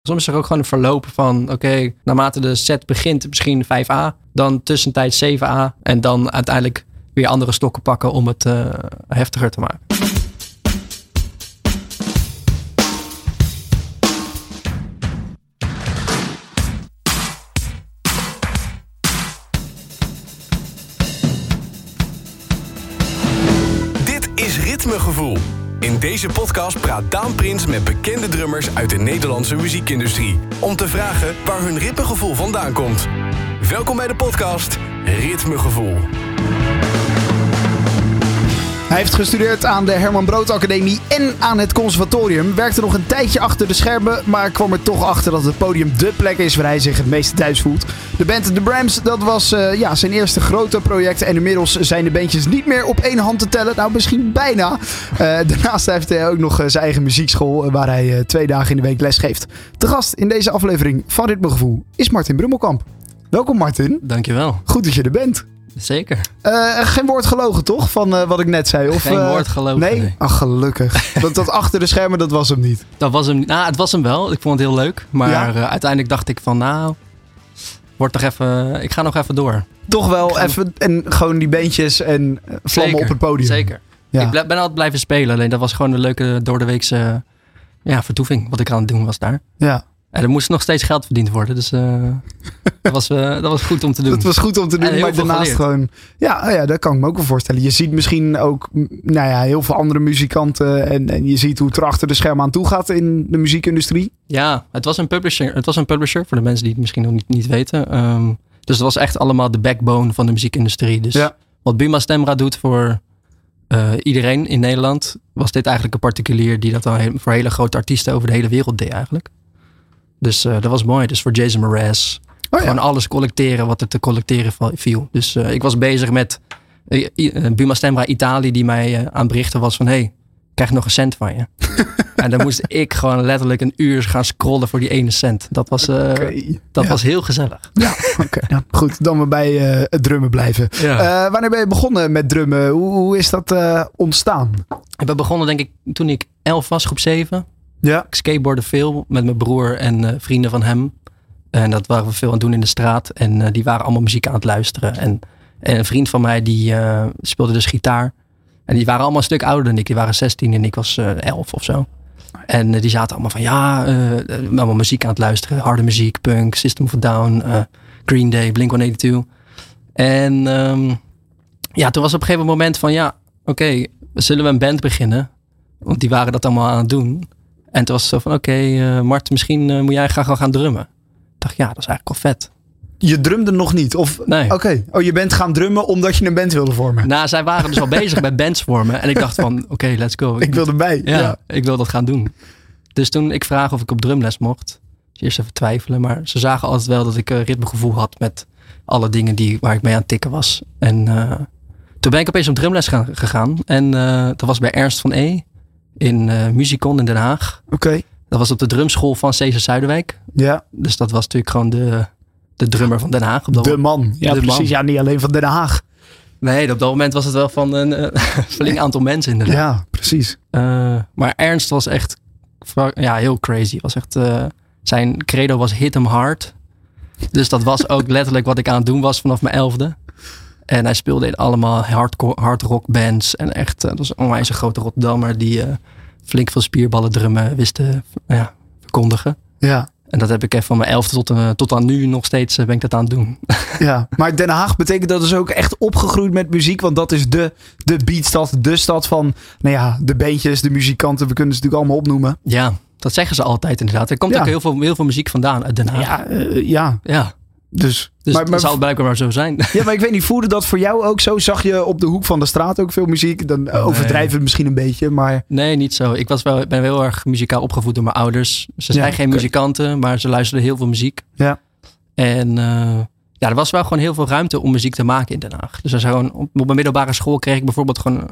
Soms is er ook gewoon een verloop van, oké, naarmate de set begint misschien 5A, dan tussentijds 7A en dan uiteindelijk weer andere stokken pakken om het heftiger te maken. Dit is Ritmegevoel. In deze podcast praat Daan Prins met bekende drummers uit de Nederlandse muziekindustrie. Om te vragen waar hun ritmegevoel vandaan komt. Welkom bij de podcast Ritmegevoel. Hij heeft gestudeerd aan de Herman Brood Academie en aan het conservatorium. Werkte nog een tijdje achter de schermen, maar kwam er toch achter dat het podium dé plek is waar hij zich het meeste thuis voelt. De band The Brams, dat was zijn eerste grote project. En inmiddels zijn de bandjes niet meer op één hand te tellen. Nou, misschien bijna. Daarnaast heeft hij ook nog zijn eigen muziekschool waar hij 2 dagen in de week les geeft. De gast in deze aflevering van Ritmegevoel is Martin Brummelkamp. Welkom Martin. Dankjewel. Goed dat je er bent. Zeker. Geen woord gelogen, toch? Van wat ik net zei? Of, Geen woord gelogen. Nee? Ach, gelukkig. dat achter de schermen, dat was hem niet. Dat was hem niet. Nou, het was hem wel. Ik vond het heel leuk. Maar uiteindelijk dacht ik van, ik ga nog even door. Toch wel even, en gewoon die beentjes en vlammen op het podium. Zeker. Ja. Ik ben altijd blijven spelen. Alleen dat was gewoon een leuke doordeweekse vertoeving wat ik aan het doen was daar. Ja. En er moest nog steeds geld verdiend worden. Dus dat was goed om te doen. Dat was goed om te doen, maar daarnaast geleerd. Gewoon... Ja, dat kan ik me ook wel voorstellen. Je ziet misschien ook heel veel andere muzikanten. En je ziet hoe het er achter de schermen aan toe gaat in de muziekindustrie. Ja, het was een publisher. Voor de mensen die het misschien nog niet weten. Dus dat was echt allemaal de backbone van de muziekindustrie. Dus wat Buma Stemra doet voor iedereen in Nederland... was dit eigenlijk een particulier die dat dan voor hele grote artiesten over de hele wereld deed eigenlijk. Dus dat was mooi. Dus voor Jason Mraz. Gewoon alles collecteren wat er te collecteren viel. Dus ik was bezig met Buma Stemra Italië die mij aan berichten was van... Hey, krijg je nog een cent van je? En dan moest ik gewoon letterlijk een uur gaan scrollen voor die 1 cent. Dat was heel gezellig. Ja, oké. Ja, goed, dan maar bij het drummen blijven. Ja. Wanneer ben je begonnen met drummen? Hoe is dat ontstaan? Ik ben begonnen denk ik toen ik 11 was, groep 7. Ja. Ik skateboardde veel met mijn broer en vrienden van hem. En dat waren we veel aan het doen in de straat. En die waren allemaal muziek aan het luisteren. En een vriend van mij die speelde dus gitaar. En die waren allemaal een stuk ouder dan ik. Die waren 16 en ik was 11 of zo. En die zaten allemaal van allemaal muziek aan het luisteren. Harde muziek, punk, System of a Down, Green Day, Blink-182. En toen was op een gegeven moment van oké, zullen we een band beginnen? Want die waren dat allemaal aan het doen. En toen was het zo van, Mart, misschien moet jij graag gaan drummen. Ik dacht, dat is eigenlijk wel vet. Je drumde nog niet? Of... Nee. Oké. Oh, je bent gaan drummen omdat je een band wilde vormen? Nou, zij waren dus al bezig met bands vormen. En ik dacht van, oké, let's go. Ik wil erbij. Ja, ik wil dat gaan doen. Dus toen ik vraag of ik op drumles mocht. Eerst even twijfelen. Maar ze zagen altijd wel dat ik ritmegevoel had met alle dingen waar ik mee aan het tikken was. En toen ben ik opeens op drumles gegaan. En dat was bij Ernst van E. In Musicon in Den Haag. Oké. Dat was op de drumschool van Cesar Zuiderwijk. Ja. Dus dat was natuurlijk gewoon de drummer van Den Haag. De man. Ja, precies. Man. Ja, niet alleen van Den Haag. Nee, op dat moment was het wel van een flink aantal mensen inderdaad. Ja, precies. Maar Ernst was echt heel crazy. Was echt, zijn credo was hit 'em hard. Dus dat was ook letterlijk wat ik aan het doen was vanaf mijn 11e. En hij speelde in allemaal hard rock bands. En echt, dat was een onwijs een grote Rotterdammer die flink veel spierballen drummen wist verkondigen. Ja. En dat heb ik even van mijn 11e tot aan nu nog steeds ben ik dat aan het doen. Ja, maar Den Haag betekent dat dus ook echt opgegroeid met muziek. Want dat is de beatstad, de stad van de bandjes, de muzikanten. We kunnen ze natuurlijk allemaal opnoemen. Ja, dat zeggen ze altijd inderdaad. Er komt ook heel veel muziek vandaan uit Den Haag. Ja. Dus maar dat zal het blijkbaar maar zo zijn. Ja, maar ik weet niet, voelde dat voor jou ook zo? Zag je op de hoek van de straat ook veel muziek? Dan overdrijven het misschien een beetje, maar... Nee, niet zo. Ik ben heel erg muzikaal opgevoed door mijn ouders. Ze zijn geen muzikanten, maar ze luisterden heel veel muziek. Ja. En er was wel gewoon heel veel ruimte om muziek te maken in Den Haag. Dus op mijn middelbare school kreeg ik bijvoorbeeld gewoon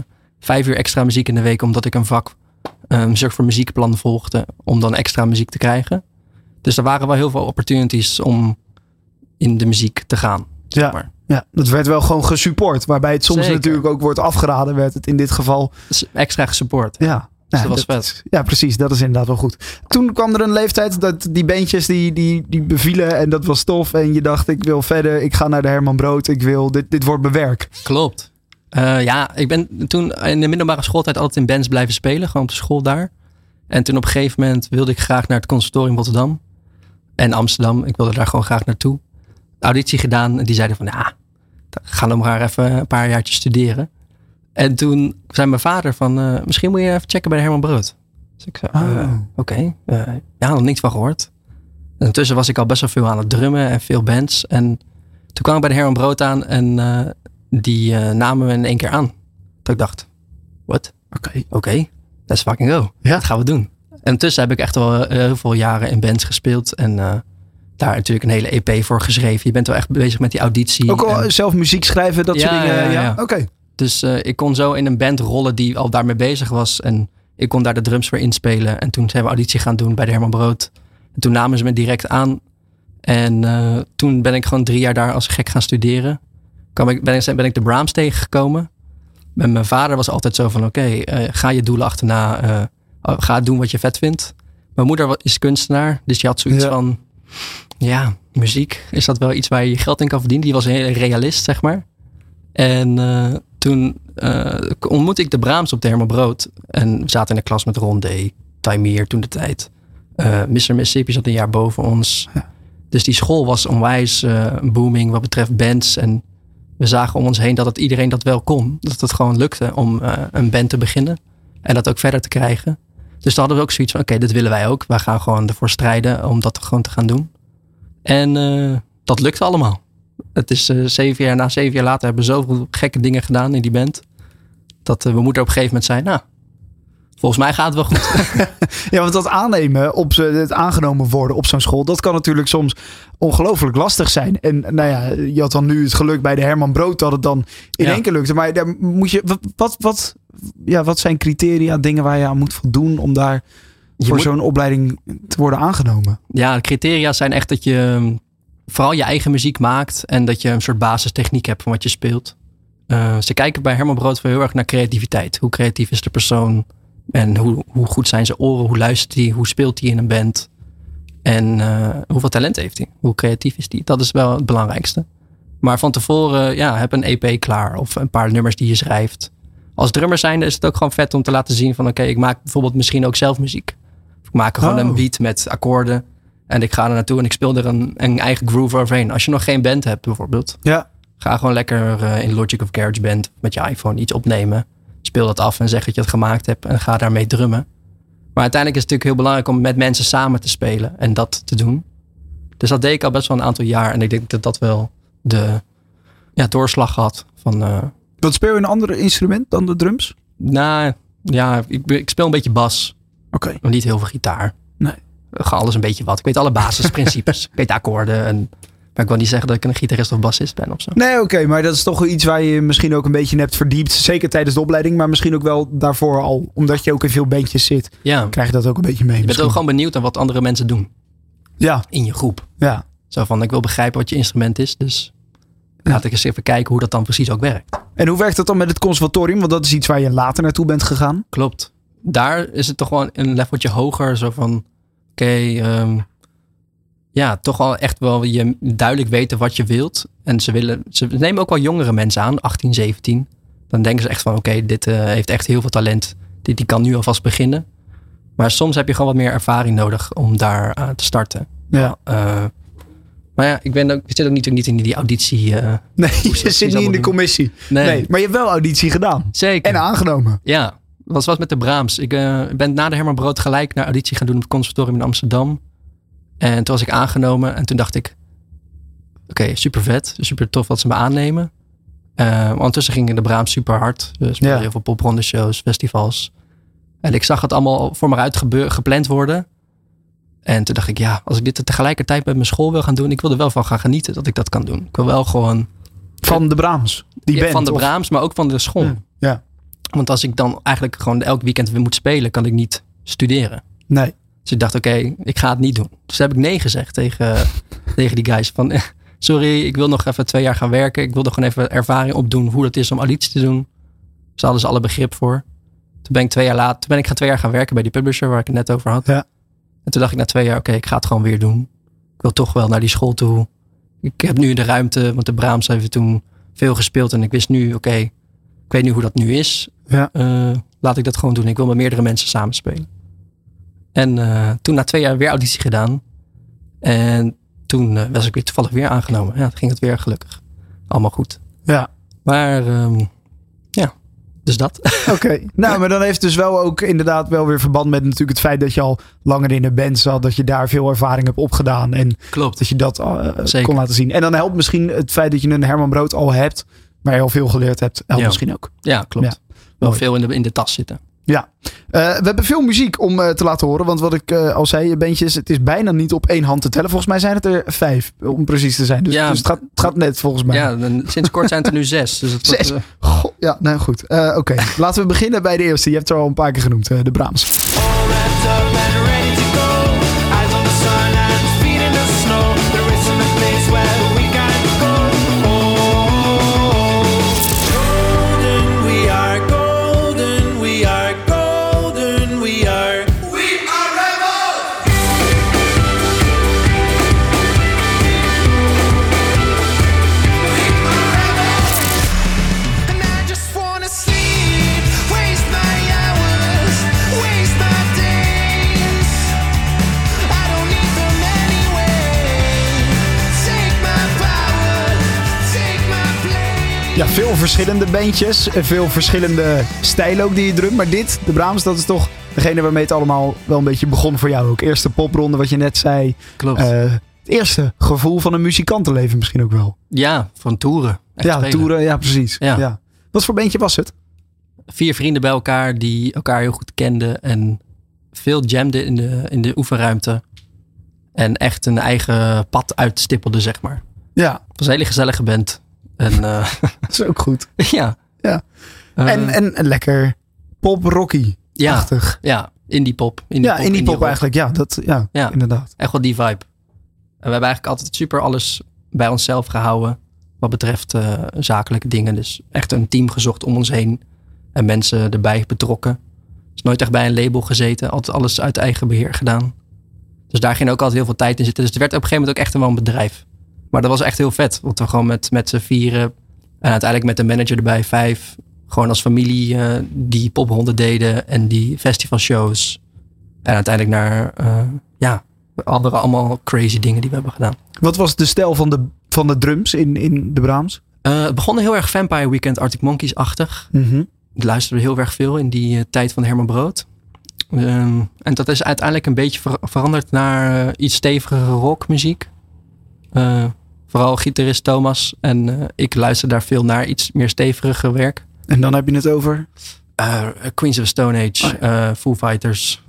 5 uur extra muziek in de week, omdat ik een vak zorg voor muziekplan volgde, om dan extra muziek te krijgen. Dus er waren wel heel veel opportunities om in de muziek te gaan. Zeg maar. Ja, dat werd wel gewoon gesupport. Waarbij het soms natuurlijk ook wordt afgeraden, werd het in dit geval. Extra gesupport. Ja. Dus dat was vet. Ja, precies. Dat is inderdaad wel goed. Toen kwam er een leeftijd dat die bandjes die bevielen en dat was tof. En je dacht, ik wil verder. Ik ga naar de Herman Brood. Ik wil, dit wordt mijn werk. Klopt. Ik ben toen in de middelbare schooltijd altijd in bands blijven spelen. Gewoon op de school daar. En toen op een gegeven moment wilde ik graag naar het conservatorium Rotterdam. En Amsterdam. Ik wilde daar gewoon graag naartoe. Auditie gedaan. En die zeiden van, ga dan maar even een paar jaartjes studeren. En toen zei mijn vader van, misschien moet je even checken bij de Herman Brood. Dus ik zei, oké. Nog niks van gehoord. En intussen was ik al best wel veel aan het drummen en veel bands. En toen kwam ik bij de Herman Brood aan en die namen me in één keer aan. Dat ik dacht, what? Oké, let's fucking go. Ja. Dat gaan we doen. En intussen heb ik echt wel heel veel jaren in bands gespeeld. En daar natuurlijk een hele EP voor geschreven. Je bent wel echt bezig met die auditie. Ook al zelf muziek schrijven, dat soort dingen? Ja. Oké. Dus ik kon zo in een band rollen die al daarmee bezig was. En ik kon daar de drums voor inspelen. En toen zijn we auditie gaan doen bij de Herman Brood. En toen namen ze me direct aan. En toen ben ik gewoon 3 jaar daar als gek gaan studeren. Ben ik de Brahms tegengekomen. En mijn vader was altijd zo van, ga je doelen achterna. Ga doen wat je vet vindt. Mijn moeder is kunstenaar. Dus die had zoiets van, muziek. Is dat wel iets waar je geld in kan verdienen? Die was een hele realist, zeg maar. En toen ontmoette ik de Brahms op de Herman Brood. En we zaten in de klas met Ron D. Taimir toen de tijd. Mr. Mississippi zat een jaar boven ons. Ja. Dus die school was onwijs booming wat betreft bands. En we zagen om ons heen dat iedereen dat wel kon. Dat het gewoon lukte om een band te beginnen. En dat ook verder te krijgen. Dus toen hadden we ook zoiets van, dit willen wij ook. Wij gaan gewoon ervoor strijden om dat gewoon te gaan doen. En dat lukte allemaal. Het is 7 jaar later hebben we zoveel gekke dingen gedaan in die band. Dat we moeten op een gegeven moment zijn, volgens mij gaat het wel goed. Ja, want dat aannemen, het aangenomen worden op zo'n school, dat kan natuurlijk soms ongelooflijk lastig zijn. En je had dan nu het geluk bij de Herman Brood dat het dan in één keer lukte. Maar daar moet je, wat zijn criteria, dingen waar je aan moet voldoen om daar voor zo'n opleiding te worden aangenomen? Ja, de criteria zijn echt dat je vooral je eigen muziek maakt en dat je een soort basistechniek hebt van wat je speelt. Ze kijken bij Herman Brood heel erg naar creativiteit. Hoe creatief is de persoon? En hoe goed zijn zijn oren? Hoe luistert hij? Hoe speelt hij in een band? En hoeveel talent heeft hij? Hoe creatief is hij? Dat is wel het belangrijkste. Maar van tevoren, heb een EP klaar. Of een paar nummers die je schrijft. Als drummer zijnde is het ook gewoon vet om te laten zien van ik maak bijvoorbeeld misschien ook zelf muziek. Of ik maak gewoon een beat met akkoorden. En ik ga er naartoe en ik speel er een eigen groove overheen. Als je nog geen band hebt bijvoorbeeld. Ja. Ga gewoon lekker in Logic of GarageBand met je iPhone iets opnemen. Speel dat af en zeg dat je het gemaakt hebt en ga daarmee drummen. Maar uiteindelijk is het natuurlijk heel belangrijk om met mensen samen te spelen en dat te doen. Dus dat deed ik al best wel een aantal jaar. En ik denk dat dat wel de doorslag had. Wat speel je een ander instrument dan de drums? Nou ja, ik speel een beetje bas. Oké. Maar niet heel veel gitaar. Nee. Ga alles een beetje wat. Ik weet alle basisprincipes. Ik weet de akkoorden. Maar ik wil niet zeggen dat ik een gitarist of bassist ben of zo. Nee, oké, maar dat is toch iets waar je misschien ook een beetje in hebt verdiept. Zeker tijdens de opleiding, maar misschien ook wel daarvoor al. Omdat je ook in veel bandjes zit, krijg je dat ook een beetje mee. Je bent ook gewoon benieuwd naar wat andere mensen doen. Ja. In je groep. Ja. Zo van, ik wil begrijpen wat je instrument is. Dus laat ik eens even kijken hoe dat dan precies ook werkt. En hoe werkt dat dan met het conservatorium? Want dat is iets waar je later naartoe bent gegaan. Klopt. Daar is het toch gewoon een leveltje hoger. Zo van, toch wel echt wel je duidelijk weten wat je wilt. En ze nemen ook wel jongere mensen aan, 18, 17. Dan denken ze echt van, dit heeft echt heel veel talent. Die kan nu alvast beginnen. Maar soms heb je gewoon wat meer ervaring nodig om daar te starten. Ja. Maar ik zit ook niet in die auditie. Nee, je zit niet in de commissie. Nee, maar je hebt wel auditie gedaan. Zeker. En aangenomen. Ja, dat was met de Brahms. Ik ben na de Herman Brood gelijk naar auditie gaan doen op het conservatorium in Amsterdam. En toen was ik aangenomen en toen dacht ik, super vet, super tof dat ze me aannemen. Ondertussen ging de Brahms super hard. Dus heel veel popronde shows, festivals. En ik zag het allemaal voor me uit gepland worden. En toen dacht ik, als ik dit tegelijkertijd met mijn school wil gaan doen, ik wil er wel van gaan genieten dat ik dat kan doen. Ik wil wel gewoon... Van de Brahms? Van de Brahms, maar ook van de school. Ja. Want als ik dan eigenlijk gewoon elk weekend weer moet spelen, kan ik niet studeren. Nee. Dus ik dacht, ik ga het niet doen. Dus heb ik nee gezegd tegen die guys. Van, sorry, ik wil nog even 2 jaar gaan werken. Ik wilde gewoon even ervaring opdoen hoe het is om auditie te doen. Ze hadden ze alle begrip voor. Toen ben ik 2 jaar later, ben ik 2 jaar gaan werken bij die publisher waar ik het net over had. Ja. En toen dacht ik na 2 jaar, oké, ik ga het gewoon weer doen. Ik wil toch wel naar die school toe. Ik heb nu de ruimte, want de Brahms heeft toen veel gespeeld. En ik wist nu, oké, ik weet nu hoe dat nu is. Ja. Laat ik dat gewoon doen. Ik wil met meerdere mensen samenspelen. En toen na 2 jaar weer auditie gedaan. En toen was ik weer toevallig weer aangenomen. Ja, toen ging het weer gelukkig. Allemaal goed. Ja. Maar dus dat. Oké. Nou, maar dan heeft het dus wel ook inderdaad wel weer verband met natuurlijk het feit dat je al langer in de band zat. Dat je daar veel ervaring hebt opgedaan. En Klopt. dat je dat kon laten zien. En dan helpt misschien het feit dat je een Herman Brood al hebt. Waar je al veel geleerd hebt. Helpt misschien ook. Ja, klopt. Ja. Wel Mooi. veel in de tas zitten. Ja. We hebben veel muziek om te laten horen. Want wat ik al zei, je bandjes, het is bijna niet op 1 hand te tellen. Volgens mij zijn het er 5, om precies te zijn. Dus, Ja. dus het gaat net volgens mij. Ja, sinds kort zijn het er nu 6. Dus het 6? wordt, Goh, ja, nou goed. Oké. Laten we beginnen bij de eerste. Je hebt er al een paar keer genoemd. De Brahms. Ja, veel verschillende bandjes. Veel verschillende stijlen ook die je drumt. Maar dit, de Brahms, dat is toch degene waarmee het allemaal wel een beetje begon voor jou ook. Eerste popronde, wat je net zei. klopt. Het eerste gevoel van een muzikantenleven misschien ook wel. Ja, van toeren. Echt Ja, spelen. toeren, ja precies. Ja. Ja. Wat voor bandje was het? 4 vrienden bij elkaar die elkaar heel goed kenden. En veel jamden in de oefenruimte. En echt een eigen pad uitstippelden, zeg maar. Ja, Het was een hele gezellige band. En dat is ook goed. ja. Ja. En lekker pop-rocky-achtig. Ja, indie pop. Indie pop rock. eigenlijk. Ja, inderdaad. Echt wel die vibe. En we hebben eigenlijk altijd super alles bij onszelf gehouden. Wat betreft zakelijke dingen. Dus echt een team gezocht om ons heen. En mensen erbij betrokken. Dus nooit echt bij een label gezeten. Altijd alles uit eigen beheer gedaan. Dus daar ging ook altijd heel veel tijd in zitten. Dus het werd op een gegeven moment ook echt wel een bedrijf. Maar dat was echt heel vet. Want we gewoon met z'n 4 en uiteindelijk met de manager erbij 5. Gewoon als familie die pophonden deden. En die festivalshows. En uiteindelijk naar andere allemaal crazy dingen die we hebben gedaan. Wat was de stijl van de drums in de Brahms? Het begon heel erg Vampire Weekend, Arctic Monkeys-achtig. Ik luisterde heel erg veel in die tijd van Herman Brood. En dat is uiteindelijk een beetje veranderd naar iets stevigere rockmuziek. Vooral gitarist Thomas en ik luister daar veel naar iets meer stevige werk. En dan heb je het over? Queens of Stone Age, Foo Fighters.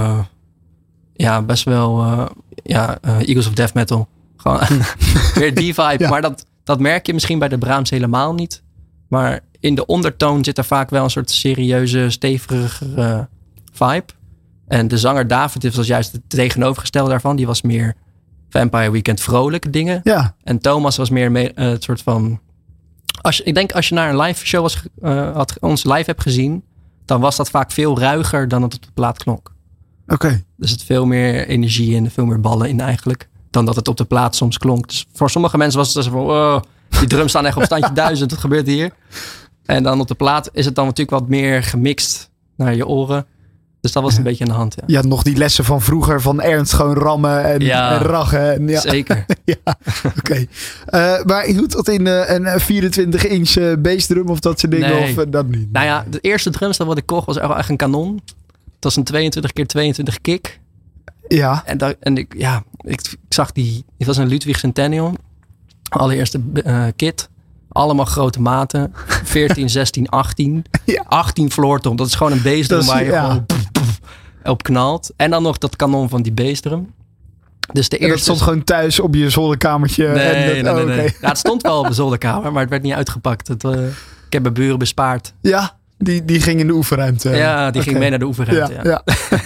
Ja. Best wel Eagles of Death Metal. Gewoon weer die vibe. Ja. Maar dat merk je misschien bij de Brahms helemaal niet. Maar in de ondertoon zit er vaak wel een soort serieuze, stevige vibe. En de zanger David was juist het tegenovergestelde daarvan. Die was meer Vampire Weekend vrolijke dingen. Ja. En Thomas was meer het soort van... Ik denk als je naar een live show ons live hebt gezien... dan was dat vaak veel ruiger dan het op de plaat klonk. Oké. Er zit veel meer energie in, veel meer ballen in eigenlijk... dan dat het op de plaat soms klonk. Dus voor sommige mensen was het van... Oh, die drums staan echt op standje 1000, wat gebeurt hier? En dan op de plaat is het dan natuurlijk wat meer gemixt naar je oren... Dus dat was een beetje aan de hand, ja. Je had nog die lessen van vroeger van ernst gewoon rammen en raggen. En, Zeker. Ja, oké. Maar je doet dat in een 24-inch bassdrum of dat soort dingen? Nee. Of dat niet? Nou ja, de eerste drumstel wat ik kocht was echt een kanon. Het was een 22x22 kick. Ja. En ik zag het was een Ludwig Centennial. Allereerste kit. Allemaal grote maten. 14, 16, 18. Ja. 18 floortom. Dat is gewoon een bassdrum waar je gewoon op knalt. En dan nog dat kanon van die bassdrum. Dus de En dat eerste stond gewoon thuis op je zolderkamertje? Nee. Okay. Ja, het stond wel op de zolderkamer, maar het werd niet uitgepakt. Ik heb mijn buren bespaard. Ja, die ging in de oefenruimte. Ja, die ging mee naar de oefenruimte. Ja.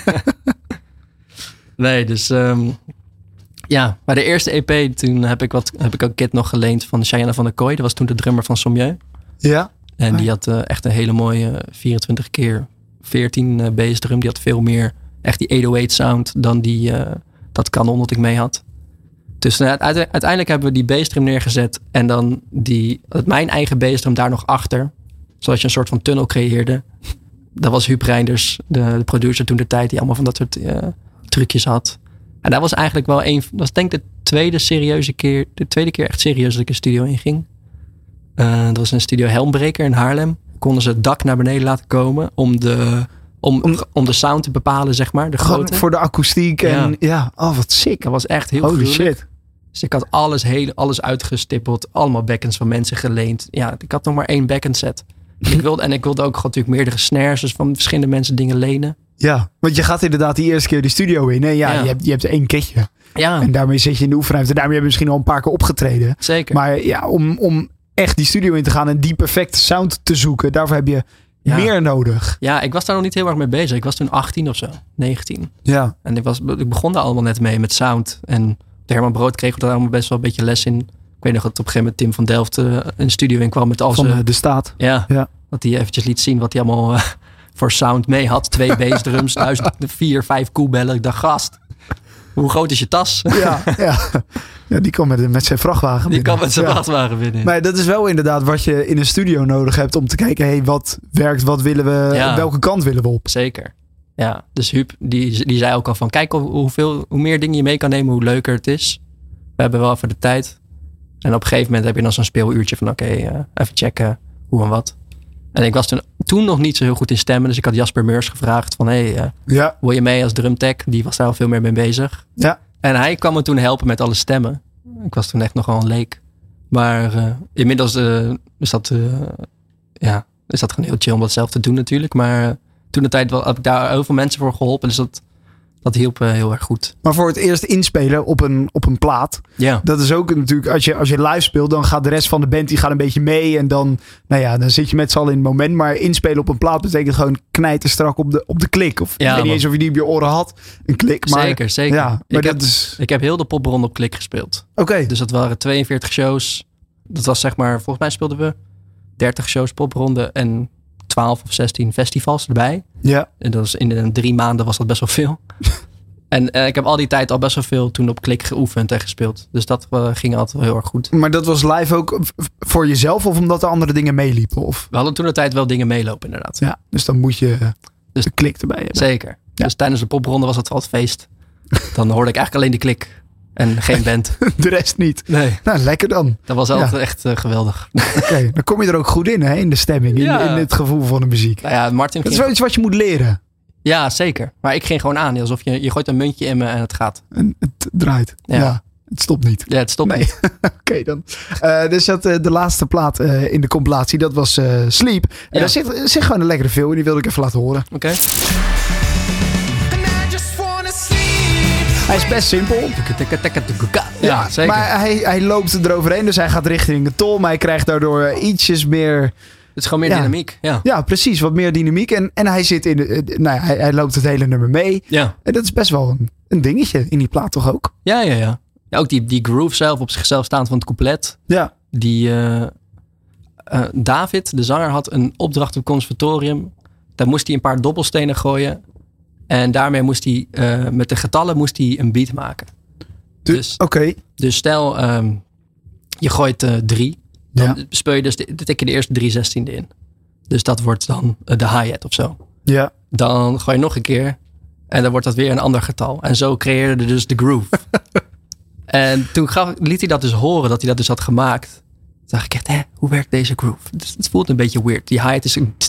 Nee, dus bij de eerste EP toen heb ik ook Kit nog geleend van Cheyenne van der Kooi. Dat was toen de drummer van Sommieu. Ja. En die had echt een hele mooie 24 keer 14 bassdrum. Die had veel meer echt die 808 sound dan dat kanon dat ik mee had. Dus uiteindelijk hebben we die bassdrum neergezet. En dan mijn eigen bassdrum daar nog achter. Zodat je een soort van tunnel creëerde. Dat was Huub Reinders, de producer toen de tijd. Die allemaal van dat soort trucjes had. En dat was eigenlijk wel dat was denk ik de tweede keer echt serieus dat ik een studio inging. Dat was een studio Helmbreker in Haarlem. Konden ze het dak naar beneden laten komen om de sound te bepalen, zeg maar. De grootte. Voor de akoestiek. Wat sick. Dat was echt heel Holy gruwelijk. shit. Dus ik had alles uitgestippeld. Allemaal backends van mensen geleend. Ja, ik had nog maar 1 backend set. Ik wilde ook natuurlijk meerdere snares. Dus van verschillende mensen dingen lenen. Ja, want je gaat inderdaad die eerste keer die studio in. En je hebt 1 kitje. Ja. En daarmee zit je in de oefenruimte. Daarmee heb je misschien al een paar keer opgetreden. Zeker. Maar ja, om echt die studio in te gaan en die perfecte sound te zoeken. Daarvoor heb je meer nodig. Ja, ik was daar nog niet heel erg mee bezig. Ik was toen 18 of zo. 19. Ja. En ik begon daar allemaal net mee met sound. En de Herman Brood kreeg we daar allemaal best wel een beetje les in. Ik weet nog dat op een gegeven moment Tim van Delft een studio in kwam met al zijn... Van de staat. Ja. Dat hij eventjes liet zien wat hij allemaal voor sound mee had. 2 bassdrums, 4, 5 koebellen. Ik dacht, gast, hoe groot is je tas? Ja, die kwam met zijn vrachtwagen binnen. Vrachtwagen binnen. Maar dat is wel inderdaad wat je in een studio nodig hebt om te kijken, wat werkt, wat willen we, welke kant willen we op? Zeker. Ja, dus Huub, die zei ook al van, kijk hoe meer dingen je mee kan nemen, hoe leuker het is. We hebben wel even de tijd. En op een gegeven moment heb je dan zo'n speeluurtje van, even checken hoe en wat. En ik was toen nog niet zo heel goed in stemmen. Dus ik had Jasper Meurs gevraagd van, wil je mee als drumtech? Die was daar al veel meer mee bezig. Ja. En hij kwam me toen helpen met alle stemmen. Ik was toen echt nogal een leek. Maar inmiddels is dat gewoon heel chill om dat zelf te doen natuurlijk. Maar toen de tijd heb ik daar heel veel mensen voor geholpen. Dus dat hielp heel erg goed. Maar voor het eerst inspelen op een plaat. Ja. Dat is ook natuurlijk, als je live speelt, dan gaat de rest van de band die gaat een beetje mee. En dan zit je met z'n allen in het moment. Maar inspelen op een plaat betekent gewoon knijten strak op de klik. Of ik weet niet eens of je die op je oren had. Een klik. Maar, zeker. Ja, maar ik heb heel de popronde op klik gespeeld. Oké. Dus dat waren 42 shows. Dat was zeg maar, volgens mij speelden we 30 shows popronde en 12 of 16 festivals erbij. Ja. En dat was in 3 maanden was dat best wel veel. En ik heb al die tijd al best wel veel toen op klik geoefend en gespeeld. Dus dat ging altijd wel heel erg goed. Maar dat was live ook voor jezelf of omdat er andere dingen meeliepen? Of? We hadden toen de tijd wel dingen meelopen inderdaad. Ja, dus dan moet je de klik erbij hebben. Zeker. Ja. Dus tijdens de popronde was het altijd feest. Dan hoorde ik eigenlijk alleen die klik. En geen band. De rest niet. Nee. Nou, lekker dan. Dat was altijd echt geweldig. Oké, dan kom je er ook goed in, hè? In de stemming. In het gevoel van de muziek. Nou ja, Martin dat is wel iets wat je moet leren. Ja, zeker. Maar ik ging gewoon aan. Alsof je gooit een muntje in me en het gaat. En het draait. Ja. Het stopt niet. Ja, het stopt niet. Oké, dan. Dus de laatste plaat in de compilatie, dat was Sleep. En daar zit gewoon een lekkere feel in. Die wilde ik even laten horen. Oké. Hij is best simpel. Ja, zeker. Maar hij loopt eroverheen. Dus hij gaat richting de tol. Maar hij krijgt daardoor ietsjes meer... Het is gewoon meer dynamiek. Ja, precies. Wat meer dynamiek. En hij zit hij loopt het hele nummer mee. Ja. En dat is best wel een dingetje in die plaat toch ook? Ja. Ja, ook die groove zelf op zichzelf staand van het couplet. Ja. Die David, de zanger, had een opdracht op het conservatorium. Daar moest hij een paar dobbelstenen gooien. En daarmee moest hij met de getallen een beat maken. Dus stel je gooit 3. Dan speel je tik je de eerste 3/16 in. Dus dat wordt dan de hi-hat of zo. Ja. Dan gooi je nog een keer. En dan wordt dat weer een ander getal. En zo creëerde dus de groove. En toen liet hij dat dus horen. Dat hij dat dus had gemaakt. Toen dacht ik echt, hoe werkt deze groove? Het voelt een beetje weird. Die hi-hat is een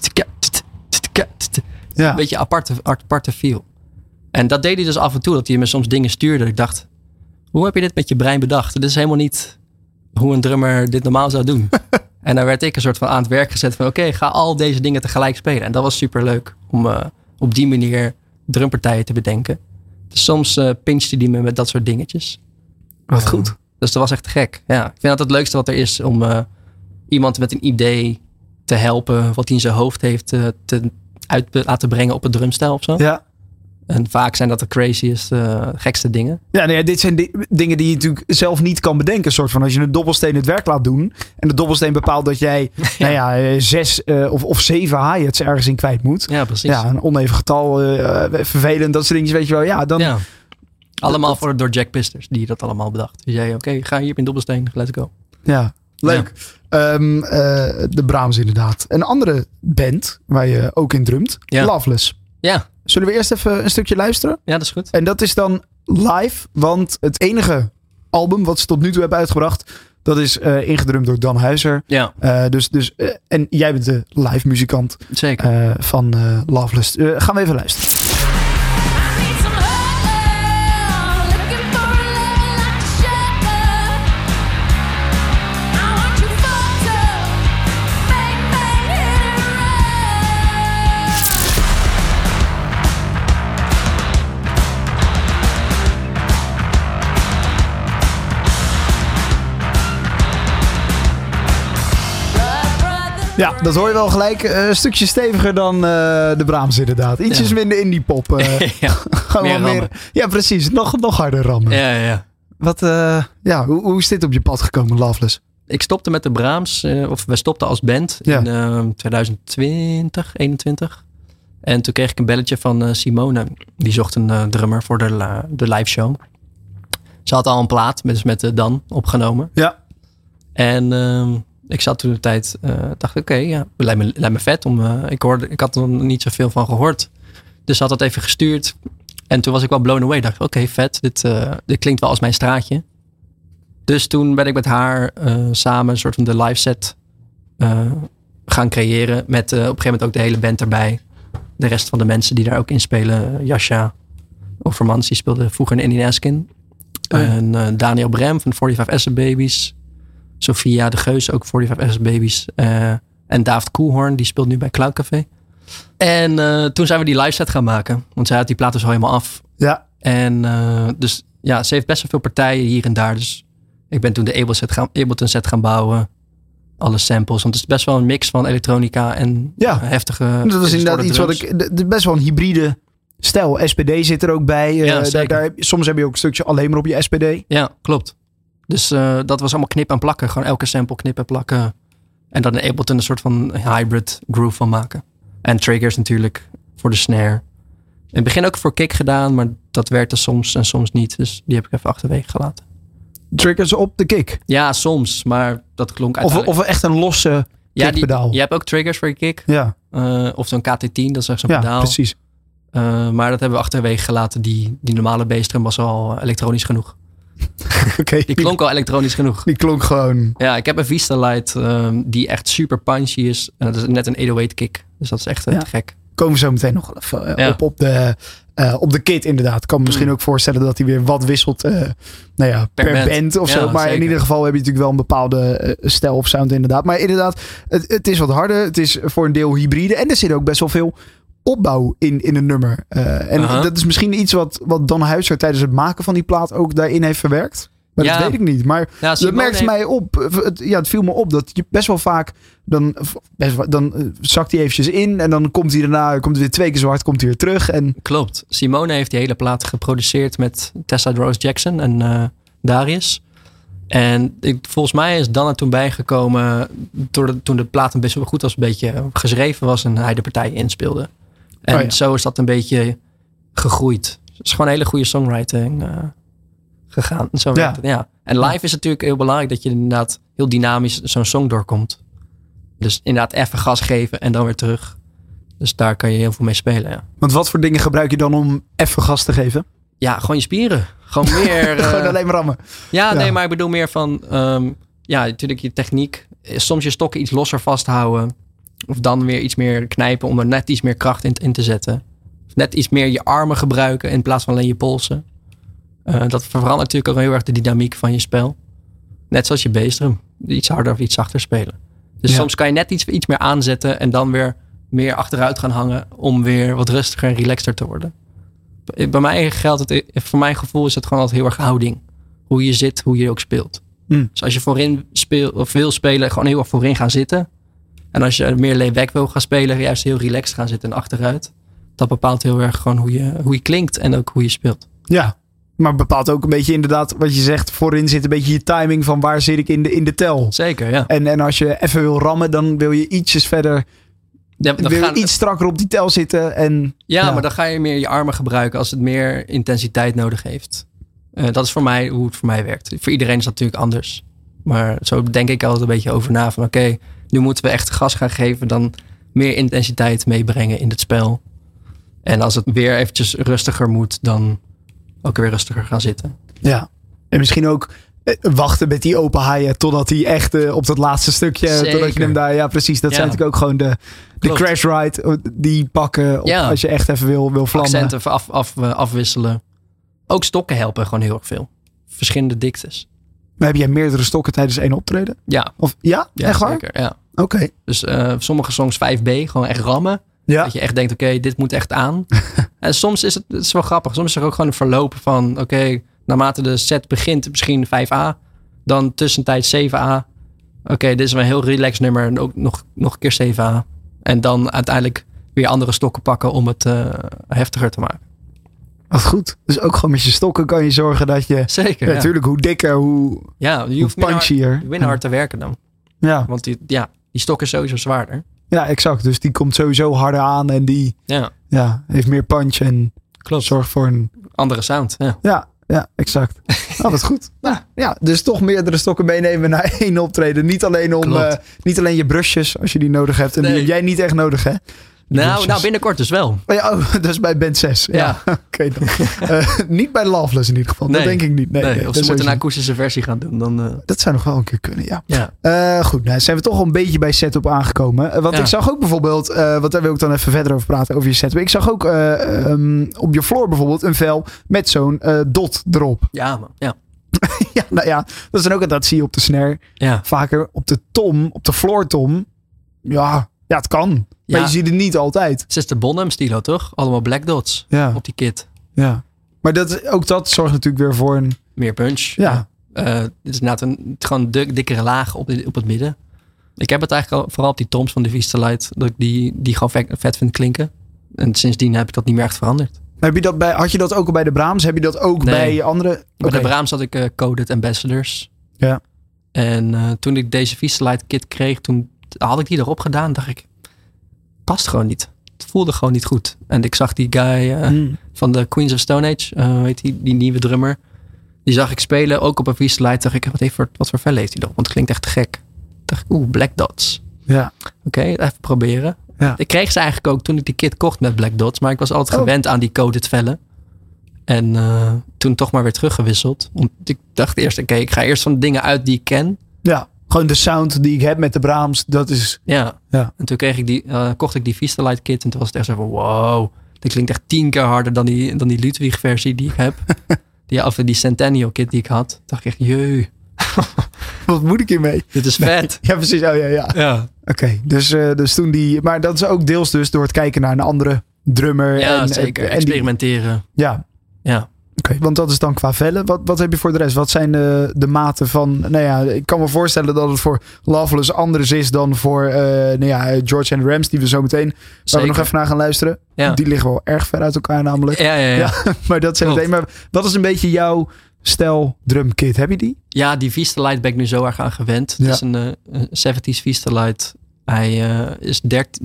beetje aparte feel. En dat deed hij dus af en toe. Dat hij me soms dingen stuurde. Ik dacht, hoe heb je dit met je brein bedacht? Dit is helemaal niet hoe een drummer dit normaal zou doen. En dan werd ik een soort van aan het werk gezet van oké, ga al deze dingen tegelijk spelen. En dat was super leuk om op die manier drumpartijen te bedenken. Dus soms pinchte die me met dat soort dingetjes. Wat goed. Dus dat was echt gek. Ja, ik vind dat het leukste wat er is om iemand met een idee te helpen wat hij in zijn hoofd heeft te laten brengen op het drumstijl of zo. Ja. En vaak zijn dat de craziest, gekste dingen. Ja, nee, dit zijn dingen die je natuurlijk zelf niet kan bedenken. Soort van als je een dobbelsteen het werk laat doen. En de dobbelsteen bepaalt dat jij 6 of 7 hi-hats ergens in kwijt moet. Ja, precies. Ja, een oneven getal. Vervelend, dat soort dingetjes, weet je wel. Ja, dan... Ja. Allemaal door Jack Pisters, die dat allemaal bedacht. Die zei, oké, ga hier op een dobbelsteen, let's go. Ja, leuk. Ja. De Brahms inderdaad. Een andere band waar je ook in drumt. Ja. Loveless. Ja. Zullen we eerst even een stukje luisteren? Ja, dat is goed. En dat is dan live, want het enige album wat ze tot nu toe hebben uitgebracht, dat is ingedrumd door Dan Huizer. Ja. En jij bent de live muzikant. Zeker. Van Loveless. Gaan we even luisteren. Ja, dat hoor je wel gelijk. Een stukje steviger dan de Brahms inderdaad. Ietsjes minder indie pop. Gewoon meer. Ja, precies. Nog harder rammen. Ja. Wat, hoe is dit op je pad gekomen, Loveless? Ik stopte met de Brahms. We stopten als band in 2020, 2021. En toen kreeg ik een belletje van Simone. Die zocht een drummer voor de live show. Ze had al een plaat met Dan opgenomen. Ja. En... ik zat toen de tijd, dacht ik, oké, lijkt me vet. Ik had er nog niet zoveel van gehoord. Dus ze had dat even gestuurd. En toen was ik wel blown away. Dacht oké, vet. Dit klinkt wel als mijn straatje. Dus toen ben ik met haar samen een soort van de live set gaan creëren. Met op een gegeven moment ook de hele band erbij. De rest van de mensen die daar ook in spelen. Jascha Overmans, die speelde vroeger in Indian Askin. En Daniel Brem van 45 Acid Babies. Sophia de Geus, ook 45 Acid Babies. En David Koelhoorn, die speelt nu bij Cloud Café. En toen zijn we die live set gaan maken. Want zij had die plaat dus al helemaal af. Ja. En dus ja, ze heeft best wel veel partijen hier en daar. Dus ik ben toen de Ableton set gaan bouwen. Alle samples. Want het is best wel een mix van elektronica en heftige... Dat was inderdaad iets wat best wel een hybride stijl. SPD zit er ook bij. Soms heb je ook een stukje alleen maar op je SPD. Ja, klopt. Dus dat was allemaal knip en plakken. Gewoon elke sample knippen en plakken. En dan in Ableton een soort van hybrid groove van maken. En triggers natuurlijk voor de snare. In het begin ook voor kick gedaan. Maar dat werkte soms en soms niet. Dus die heb ik even achterwege gelaten. Triggers op de kick? Ja, soms. Maar dat klonk uiteindelijk... Of echt een losse kickpedaal? Je hebt ook triggers voor je kick. Ja. Of zo'n KT10, dat is echt zo'n pedaal. Ja, precies. Maar dat hebben we achterwege gelaten. Die normale bassdrum was al elektronisch genoeg. Okay. Die klonk al elektronisch genoeg. Die klonk gewoon... Ja, ik heb een Vista Lite die echt super punchy is. En dat is net een 808 kick. Dus dat is echt te gek. Komen we zo meteen nog even op de kit inderdaad. Ik kan me misschien ook voorstellen dat hij weer wat wisselt per band of zo. Maar zeker. In ieder geval heb je natuurlijk wel een bepaalde stijl of sound inderdaad. Maar inderdaad, het is wat harder. Het is voor een deel hybride. En er zit ook best wel veel opbouw in een nummer. Dat is misschien iets wat Dan Huizer tijdens het maken van die plaat ook daarin heeft verwerkt. Maar dat weet ik niet. Maar dat merkte mij op. Het viel me op dat je best wel vaak... Dan zakt hij eventjes in. En dan komt hij daarna... Komt hij weer 2 keer zo hard. Komt hij weer terug. En... Klopt. Simone heeft die hele plaat geproduceerd met Tessa Rose Jackson en Darius. En volgens mij is Dan er toen bijgekomen... Toen de plaat best wel goed was. Een beetje geschreven was. En hij de partij inspeelde. En zo is dat een beetje gegroeid. Het is gewoon een hele goede songwriting gegaan. Zo werkt het, ja. En live is natuurlijk heel belangrijk dat je inderdaad heel dynamisch zo'n song doorkomt. Dus inderdaad even gas geven en dan weer terug. Dus daar kan je heel veel mee spelen, ja. Want wat voor dingen gebruik je dan om even gas te geven? Ja, gewoon je spieren. Gewoon meer... gewoon alleen maar rammen. Ja, nee, maar ik bedoel meer van... natuurlijk je techniek. Soms je stokken iets losser vasthouden. Of dan weer iets meer knijpen om er net iets meer kracht in te zetten. Of net iets meer je armen gebruiken in plaats van alleen je polsen. Dat verandert natuurlijk ook heel erg de dynamiek van je spel. Net zoals je bassdrum. Iets harder of iets zachter spelen. Dus soms kan je net iets meer aanzetten en dan weer meer achteruit gaan hangen om weer wat rustiger en relaxter te worden. Bij mij geldt het, voor mijn gevoel is het gewoon altijd heel erg houding. Hoe je zit, hoe je ook speelt. Dus als je voorin speelt of wil spelen, gewoon heel erg voorin gaan zitten. En als je meer laid-back wil gaan spelen, juist heel relaxed gaan zitten en achteruit. dat bepaalt heel erg gewoon hoe je klinkt en ook hoe je speelt. Ja, maar bepaalt ook een beetje inderdaad wat je zegt. Voorin zit een beetje je timing van waar zit ik in de tel. Zeker, ja. En als je even wil rammen, dan wil je ietsjes verder... iets strakker op die tel zitten. En, maar dan ga je meer je armen gebruiken als het meer intensiteit nodig heeft. Dat is voor mij hoe het voor mij werkt. Voor iedereen is dat natuurlijk anders. Maar zo denk ik altijd een beetje over na. Van oké, nu moeten we echt gas gaan geven. Dan meer intensiteit meebrengen in het spel. En als het weer eventjes rustiger moet, dan ook weer rustiger gaan zitten. Ja, en misschien ook wachten met die open haaien totdat hij echt op dat laatste stukje, Zeker. Totdat je hem daar, ja precies, dat zijn natuurlijk ook gewoon de crash ride, die pakken als je echt even wil vlammen. Accenten afwisselen. Ook stokken helpen gewoon heel erg veel. Verschillende diktes. Maar heb jij meerdere stokken tijdens één optreden? Ja. Ja, echt waar? Zeker, ja. Oké. Dus sommige songs 5B, gewoon echt rammen. Ja. Dat je echt denkt, oké, dit moet echt aan. En soms is het is wel grappig. Soms is er ook gewoon een verloop van, oké, naarmate de set begint, misschien 5A. Dan tussentijds 7A. Oké, dit is een heel relaxed nummer. En ook nog een keer 7A. En dan uiteindelijk weer andere stokken pakken om het heftiger te maken. Wat goed. Dus ook gewoon met je stokken kan je zorgen dat je... Zeker, ja. Natuurlijk, hoe dikker, hoe je hoeft punchier. minder hard te werken dan. Ja. Want die stok is sowieso zwaarder. Ja, exact. Dus die komt sowieso harder aan en die heeft meer punch en zorgt voor een... andere sound. Ja, exact. Wat goed. Dus toch meerdere stokken meenemen naar één optreden. Niet alleen je brusjes als je die nodig hebt. En die heb jij niet echt nodig, hè? Nou, binnenkort dus wel. Dat is bij band 6. Ja. Oké, dan. Niet bij Loveless in ieder geval. Dat denk ik niet. Nee, of ze moeten een akoestische versie gaan doen. Dan, Dat zou nog wel een keer kunnen, ja. Goed, nou zijn we toch al een beetje bij setup aangekomen. Want ik zag ook bijvoorbeeld, want daar wil ik dan even verder over praten, over je setup. Ik zag ook op je floor bijvoorbeeld een vel met zo'n dot erop. Ja, man. Ja. Dat is dan ook, dat zie je op de snare. Ja. Vaker op de tom, op de floor tom. Ja, het kan. Maar je ziet het niet altijd. Het is de Bonham stilo, toch? Allemaal black dots op die kit. Ja. Maar dat zorgt natuurlijk weer voor een... meer punch. Ja. Het is inderdaad gewoon dikkere laag op het midden. Ik heb het eigenlijk vooral op die toms van de Vistalite, dat ik die gewoon vet vind klinken. En sindsdien heb ik dat niet meer echt veranderd. Had je dat ook al bij de Brahms? Heb je dat ook bij andere? Bij de Brahms had ik Coded Ambassadors. Ja. En toen ik deze Vistalite kit kreeg, toen had ik die erop gedaan. Dacht ik, past gewoon niet. Het voelde gewoon niet goed. En ik zag die guy van de Queens of Stone Age, weet die nieuwe drummer. Die zag ik spelen, ook op een Vistalite. Dacht ik, wat voor vel heeft hij nog? Want het klinkt echt te gek. Dacht ik, black dots. Ja. Oké, even proberen. Ja. Ik kreeg ze eigenlijk ook toen ik die kit kocht met black dots. Maar ik was altijd gewend aan die coded vellen. En toen toch maar weer teruggewisseld. Want ik dacht eerst, ik ga eerst van de dingen uit die ik ken. Ja, gewoon de sound die ik heb met de Brahms, dat is... Ja. En toen kocht ik die Vistalite kit. En toen was het echt zo van, wow. Dat klinkt echt 10 keer harder dan die Ludwig versie die ik heb. die Centennial kit die ik had. Dacht ik echt, jeu. Wat moet ik hiermee? Dit is vet. Ja, precies. Oh ja. Oké, dus toen die... Maar dat is ook deels dus door het kijken naar een andere drummer. Ja, zeker. Experimenteren. Ja. Oké, want dat is dan qua vellen. Wat heb je voor de rest? Wat zijn de maten van... Nou ja, ik kan me voorstellen dat het voor Loveless anders is dan voor George and the Rams, die we zo meteen... Waar we nog even naar gaan luisteren. Ja. Die liggen wel erg ver uit elkaar namelijk. Ja. Maar dat zijn meteen... Maar wat is een beetje jouw stijl drumkit? Heb je die? Ja, die Vistalite ben ik nu zo erg aan gewend. Het is een 70s Vistalite. Hij is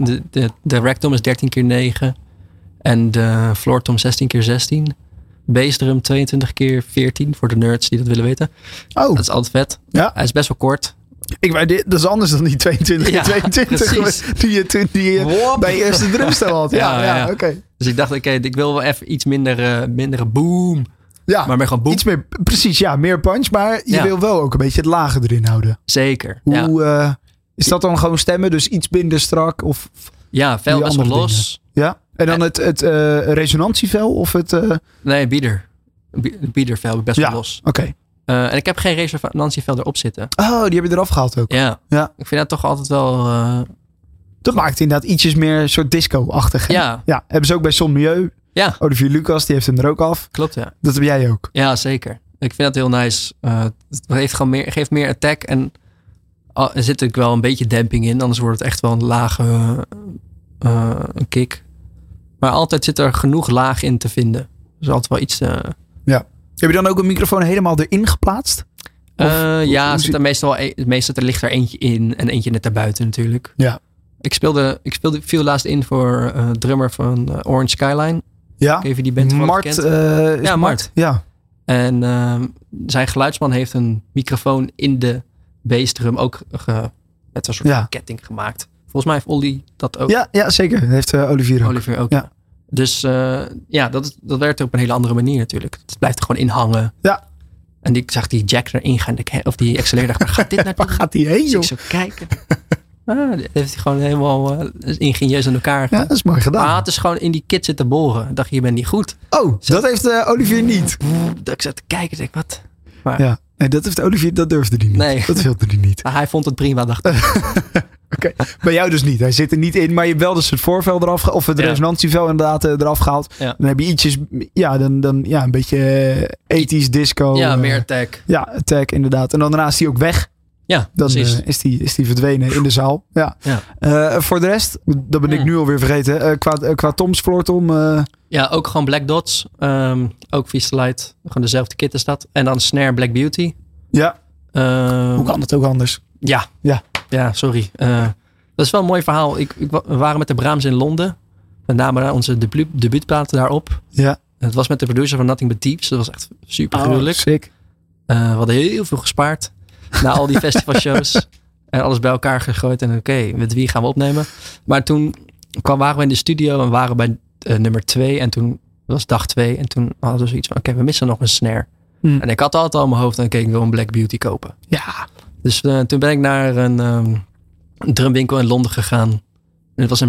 de Rectum is 13x9 en de Floor Tom 16x16. Bassdrum 22x14 voor de nerds die dat willen weten. Oh. Dat is altijd vet. Ja. Hij is best wel kort. Dat is anders dan die 22x22 die je bij je eerste drumstel had. Ja. Oké. Dus ik dacht, ik wil wel even iets minder boom. Ja, maar gewoon boom. Iets meer, precies, meer punch. Maar je wil wel ook een beetje het lage erin houden. Zeker. Hoe is dat dan gewoon stemmen? Dus iets minder strak? Of ja, vel best wel los. Dingen? Ja. En dan het resonantievel of het... Nee, bieder. Biedervel best wel los. Oké. En ik heb geen resonantievel erop zitten. Oh, die heb je eraf gehaald ook. Ja. Ik vind dat toch altijd wel... Dat maakt inderdaad ietsjes meer een soort disco-achtig. Ja. Hebben ze ook bij Son Milieu. Ja. Olivier Lucas, die heeft hem er ook af. Klopt, ja. Dat heb jij ook. Ja, zeker. Ik vind dat heel nice. Het geeft meer attack en er zit natuurlijk wel een beetje demping in. Anders wordt het echt wel een lage een kick. Maar altijd zit er genoeg laag in te vinden. Er is altijd wel iets... Heb je dan ook een microfoon helemaal erin geplaatst? Meestal ligt er eentje in en eentje net daarbuiten natuurlijk. Ja. Ik viel laatst in voor drummer van Orange Skyline. Ja. Even die band Mart. Mart. Ja. En zijn geluidsman heeft een microfoon in de bassdrum ook met een soort ketting gemaakt. Volgens mij heeft Olly dat ook. Ja, zeker. Dat heeft Olivier ook. Ja. Dus dat werkt op een hele andere manier natuurlijk. Het blijft er gewoon in hangen. Ja. En ik zag die jack erin gaan. Of die accelereer. Waar gaat dit naartoe? Waar gaat die heen, joh? Dus ik zo kijken. Dat heeft hij gewoon helemaal ingenieus aan elkaar gedaan. Ja, dat is mooi gedaan. Maar het is gewoon in die kit zitten boren. Ik dacht, je bent niet goed. Oh, dat heeft Olivier niet. Ik zat te kijken. Denk wat? Maar, ja. Nee, dat heeft Olivier, dat durfde hij niet. Nee. Dat wilde hij niet. Maar hij vond het prima, dacht ik. Oké. Bij jou dus niet. Hij zit er niet in. Maar je hebt wel dus het voorvel eraf of het resonantievel inderdaad eraf gehaald. Ja. Dan heb je ietsjes, een beetje ethisch disco. Ja, meer Attack. Ja, Attack inderdaad. En dan daarna is hij ook weg. Ja, dan is die verdwenen in de zaal. Ja. Voor de rest, dat ben ik nu alweer vergeten. Qua Toms, Floortom. Ja, ook gewoon Black Dots. Ook Feastlight. Gewoon dezelfde kit is dat. En dan Snare Black Beauty. Ja. Hoe kan het ook anders? Ja, sorry. Dat is wel een mooi verhaal. We waren met de Brahms in Londen. We namen onze debuutplaten daarop. Ja. Het was met de producer van Nothing But Thieves. Dat was echt super gruwelijk. Sick. We hadden heel veel gespaard. Na al die festivalshows. En alles bij elkaar gegooid. En oké, met wie gaan we opnemen? Maar toen waren we in de studio. En waren bij nummer 2. En toen was dag 2. En toen hadden we zoiets van, oké, we missen nog een snare. En ik had altijd al in mijn hoofd. En ik wil een Black Beauty kopen. Ja. Dus toen ben ik naar een drumwinkel in Londen gegaan. En het was in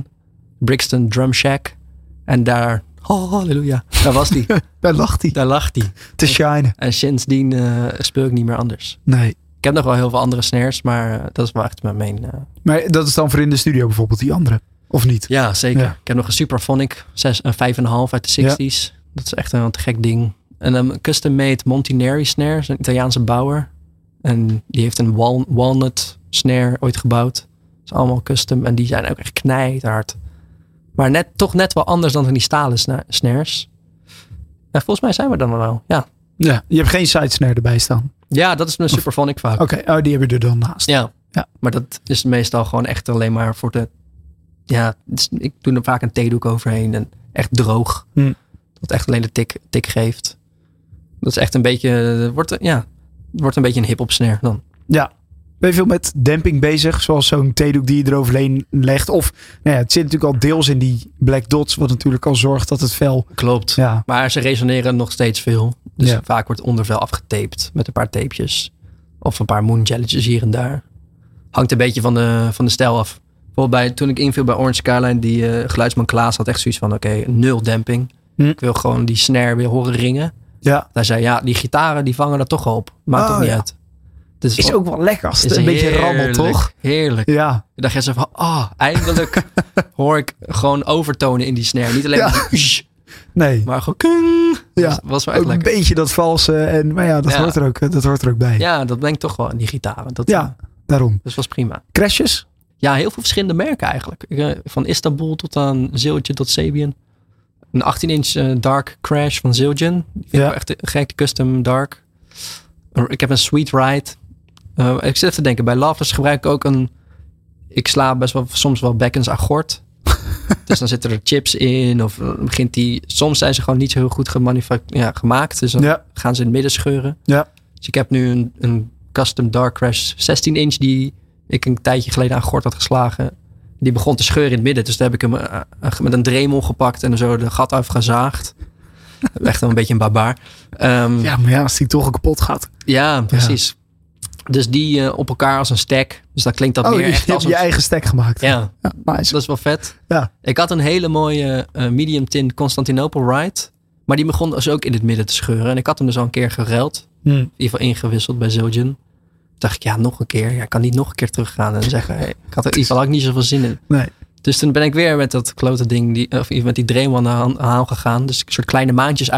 Brixton Drum Shack. En daar, halleluja, daar was die. Daar lag die. Te shinen. En sindsdien speel ik niet meer anders. Nee. Ik heb nog wel heel veel andere snares, maar dat is wel echt mijn main. Maar dat is dan voor in de studio bijvoorbeeld, die andere? Of niet? Ja, zeker. Ja. Ik heb nog een Superphonic 5,5 uit de 60s. Dat is echt een te gek ding. En een custom-made Montinari snare, een Italiaanse bouwer. En die heeft een walnut snare ooit gebouwd. Dat is allemaal custom. En die zijn ook echt knijthard. Maar toch net wel anders dan die stalen snares. En volgens mij zijn we dan wel. Ja. Je hebt geen side snare erbij staan. Ja, dat is mijn Superphonic vaak. Oké, die hebben we er dan naast. Ja, maar dat is meestal gewoon echt alleen maar voor de... Ja, ik doe er vaak een theedoek overheen. En echt droog. Dat echt alleen de tik geeft. Dat is echt een beetje... wordt een beetje een hip-hop snare dan. Ja. Ben je veel met damping bezig? Zoals zo'n theedoek die je eroverheen legt? Of het zit natuurlijk al deels in die black dots. Wat natuurlijk al zorgt dat het vel... Klopt. Ja. Maar ze resoneren nog steeds veel. Dus vaak wordt ondervel afgetaped met een paar tapejes. Of een paar moonjelletjes hier en daar. Hangt een beetje van de stijl af. Bijvoorbeeld toen ik inviel bij Orange Skyline. Die geluidsman Klaas had echt zoiets van... Oké, 0 damping. Ik wil gewoon die snare weer horen ringen. Ja. Hij zei, die gitaren die vangen dat toch al op. Maakt ook niet uit. Dus is ook wel lekker als het een beetje rammelt, toch? Heerlijk. Ja. En dan ga je zo van, eindelijk hoor ik gewoon overtonen in die snare. Niet alleen nee. maar gewoon ja. Was wel echt ook lekker. Een beetje dat valse. Maar dat hoort er ook bij. Ja, dat denk ik toch wel in die gitaren. Daarom. Dus was prima. Crashes? Ja, heel veel verschillende merken eigenlijk. Van Istanbul tot aan Zildjian tot Sabian. Een 18-inch Dark Crash van Zildjian. Die vind ik wel echt gek, custom dark. Ik heb een Sweet Ride. Ik zit even te denken, bij Loveless gebruik ik ook ik sla best wel soms wel bekkens agort. Dus dan zitten er chips in. Of begint soms zijn ze gewoon niet zo heel goed gemaakt. Dus dan gaan ze in het midden scheuren. Ja. Dus ik heb nu een custom Dark Crash 16-inch die ik een tijdje geleden aan gort had geslagen. Die begon te scheuren in het midden. Dus daar heb ik hem met een dremel gepakt en zo de gat afgezaagd. Echt wel een beetje een barbaar. Maar als die toch kapot gaat. Ja, precies. Dus die op elkaar als een stack. Dus dat klinkt dat meer echt je hebt je eigen stack gemaakt. Ja, nice. Dat is wel vet. Ja. Ik had een hele mooie medium tin Constantinople Ride. Maar die begon dus ook in het midden te scheuren. En ik had hem dus al een keer geruild. In ieder geval ingewisseld bij Zildjian. Toen dacht ik, nog een keer. Ik kan niet nog een keer teruggaan en zeggen... Hey, ik had er in ieder geval niet zoveel zin in. Nee. Dus toen ben ik weer met dat klote ding... met die dremel aan de haal gegaan. Dus een soort kleine maandjes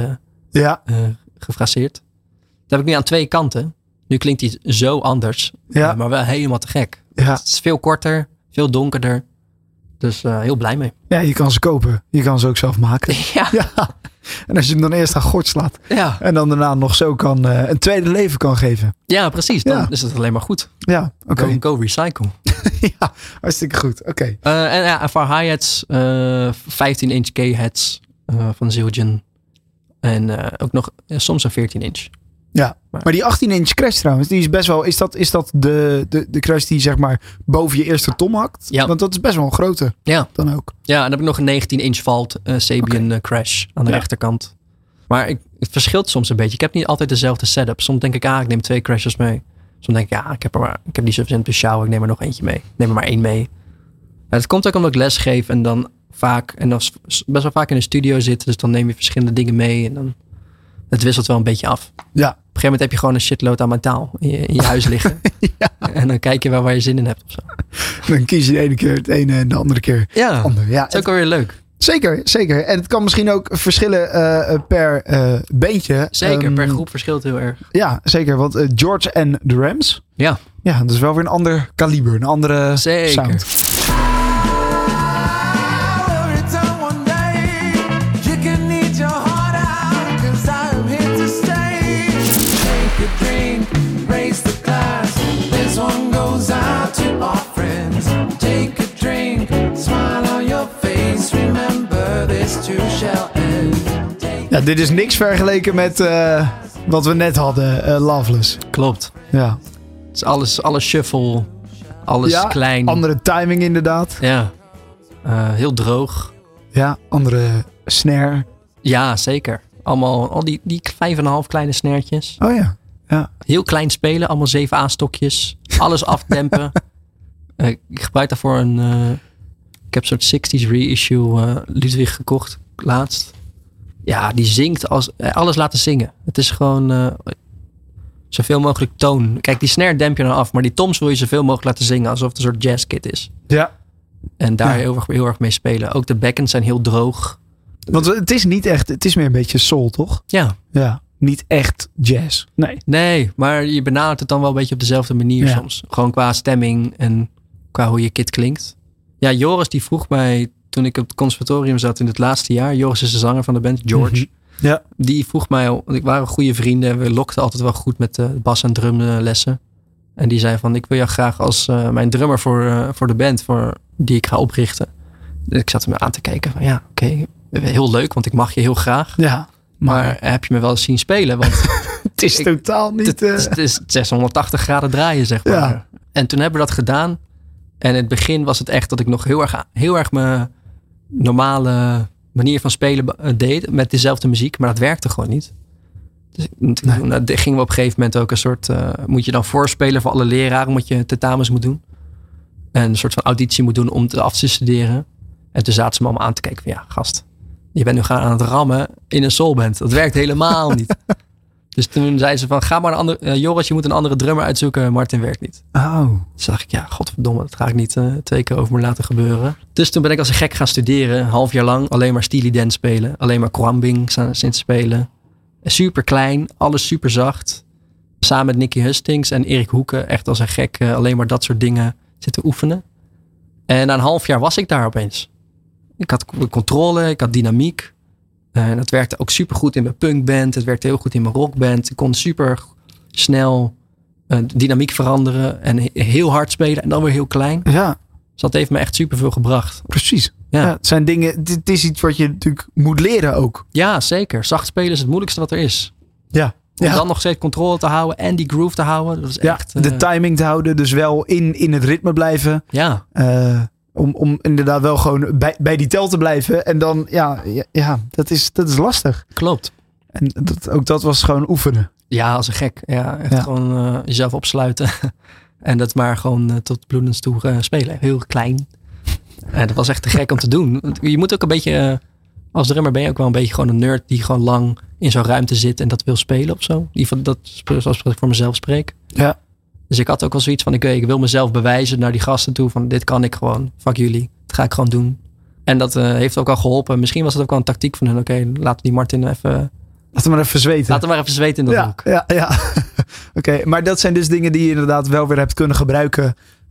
gefraseerd. Dat heb ik nu aan 2 kanten. Nu klinkt hij zo anders. Maar wel helemaal te gek. Ja. Het is veel korter. Veel donkerder. Dus heel blij mee. Ja, je kan ze kopen. Je kan ze ook zelf maken. Ja. En als je hem dan eerst aan gort slaat. Ja. En dan daarna nog zo kan een tweede leven kan geven. Ja, precies. Dan is het alleen maar goed. Ja, oké. Go recycle. Ja, hartstikke goed. Oké. En voor hi-hats 15-inch K-hats van Zildjian. En ook nog soms een 14-inch. Ja, maar die 18-inch crash trouwens, die is best wel... Is dat de crash die zeg maar boven je eerste tom hakt? Ja. Want dat is best wel een grote dan ook. Ja, en dan heb ik nog een 19-inch Vault Sabian crash aan de rechterkant. Maar het verschilt soms een beetje. Ik heb niet altijd dezelfde setup. Soms denk ik, ik neem 2 crashes mee. Soms denk ik, ik heb niet zoveel te sjouwen. Ik neem er nog eentje mee. Ik neem er maar 1 mee. Ja, dat komt ook omdat ik les geef en dan best wel vaak in de studio zit. Dus dan neem je verschillende dingen mee en dan... Het wisselt wel een beetje af. Ja. Op een gegeven moment heb je gewoon een shitload aan metaal in je huis liggen. Ja. En dan kijk je waar je zin in hebt of zo. Dan kies je de ene keer het ene en de andere keer het andere. Ja, het is ook wel weer leuk. Zeker. En het kan misschien ook verschillen per bandje. Zeker, per groep verschilt heel erg. Ja, zeker. Want George en de Rams. Ja. Ja, dat is wel weer een ander kaliber. Een andere sound. Ja, dit is niks vergeleken met wat we net hadden, Loveless. Klopt. Ja. Het is alles shuffle, alles klein. Andere timing inderdaad. Ja. Heel droog. Ja, andere snare. Ja, zeker. Allemaal al die 5,5 kleine snaretjes. Oh ja. Heel klein spelen, allemaal 7 A-stokjes. Alles aftempen. Ik gebruik daarvoor ik heb een soort 60s reissue Ludwig gekocht laatst. Ja, die zingt alles laten zingen. Het is gewoon zoveel mogelijk toon. Kijk, die snare demp je dan af, maar die toms wil je zoveel mogelijk laten zingen, alsof het een soort jazzkit is. Ja. En daar heel erg mee spelen. Ook de bekkens zijn heel droog. Want het is niet echt, het is meer een beetje soul, toch? Ja. Ja. Niet echt jazz. Nee, maar je benadert het dan wel een beetje op dezelfde manier soms. Gewoon qua stemming en qua hoe je kit klinkt. Ja, Joris die vroeg mij toen ik op het conservatorium zat in het laatste jaar. Joris is de zanger van de band, George. Mm-hmm. Ja. Die vroeg mij, want ik waren goede vrienden. We lokten altijd wel goed met bas- en drumlessen. En die zei van, ik wil jou graag als mijn drummer voor de band die ik ga oprichten. Dus ik zat hem aan te kijken van, oké, heel leuk, want ik mag je heel graag. Ja. Maar heb je me wel eens zien spelen? Want het is totaal niet... Het is 680 graden draaien, zeg maar. Ja. En toen hebben we dat gedaan. En in het begin was het echt dat ik nog heel erg mijn normale manier van spelen deed. Met dezelfde muziek. Maar dat werkte gewoon niet. Dus toen gingen we op een gegeven moment ook een soort... moet je dan voorspelen voor alle leraren. Omdat je tentamens moet doen. En een soort van auditie moet doen om het af te studeren. En toen zaten ze me allemaal aan te kijken van gast... Je bent nu gaan aan het rammen in een soulband. Dat werkt helemaal niet. Dus toen zeiden ze van, ga maar een andere... Joris, je moet een andere drummer uitzoeken. Martin werkt niet. Oh. Dus dacht ik, godverdomme, dat ga ik niet 2 keer over me laten gebeuren. Dus toen ben ik als een gek gaan studeren. Een half jaar lang alleen maar Steely Dan spelen. Alleen maar Kwambing sinds spelen. Super klein, alles super zacht. Samen met Nicky Hustings en Erik Hoeken. Echt als een gek alleen maar dat soort dingen zitten oefenen. En na een half jaar was ik daar opeens. Ik had controle, ik had dynamiek. En dat werkte ook super goed in mijn punkband. Het werkte heel goed in mijn rockband. Ik kon super snel dynamiek veranderen. En heel hard spelen en dan weer heel klein. Ja. Dus dat heeft me echt super veel gebracht. Precies. Ja, het zijn dingen, het is iets wat je natuurlijk moet leren ook. Ja, zeker. Zacht spelen is het moeilijkste wat er is. Ja. Om dan nog steeds controle te houden en die groove te houden. Dat is echt, de timing te houden. Dus wel in het ritme blijven. Ja. Om inderdaad wel gewoon bij die tel te blijven. En dan, dat is lastig. Klopt. En dat was gewoon oefenen. Ja, als een gek. Ja, echt gewoon jezelf opsluiten. En dat maar gewoon tot bloedens toe spelen. Heel klein. En dat was echt te gek om te doen. Je moet ook een beetje... als drummer ben je ook wel een beetje gewoon een nerd... die gewoon lang in zo'n ruimte zit en dat wil spelen of zo. In ieder geval, dat zoals ik voor mezelf spreek. Ja. Dus ik had ook wel zoiets van, ik wil mezelf bewijzen naar die gasten toe. Van dit kan ik gewoon. Fuck jullie. Dat ga ik gewoon doen. En dat heeft ook al geholpen. Misschien was het ook wel een tactiek van hun. Oké, laten die Martin even... Laten we maar even zweten. Laten we maar even zweten in dat hoek. Ja. Oké, maar dat zijn dus dingen die je inderdaad wel weer hebt kunnen gebruiken.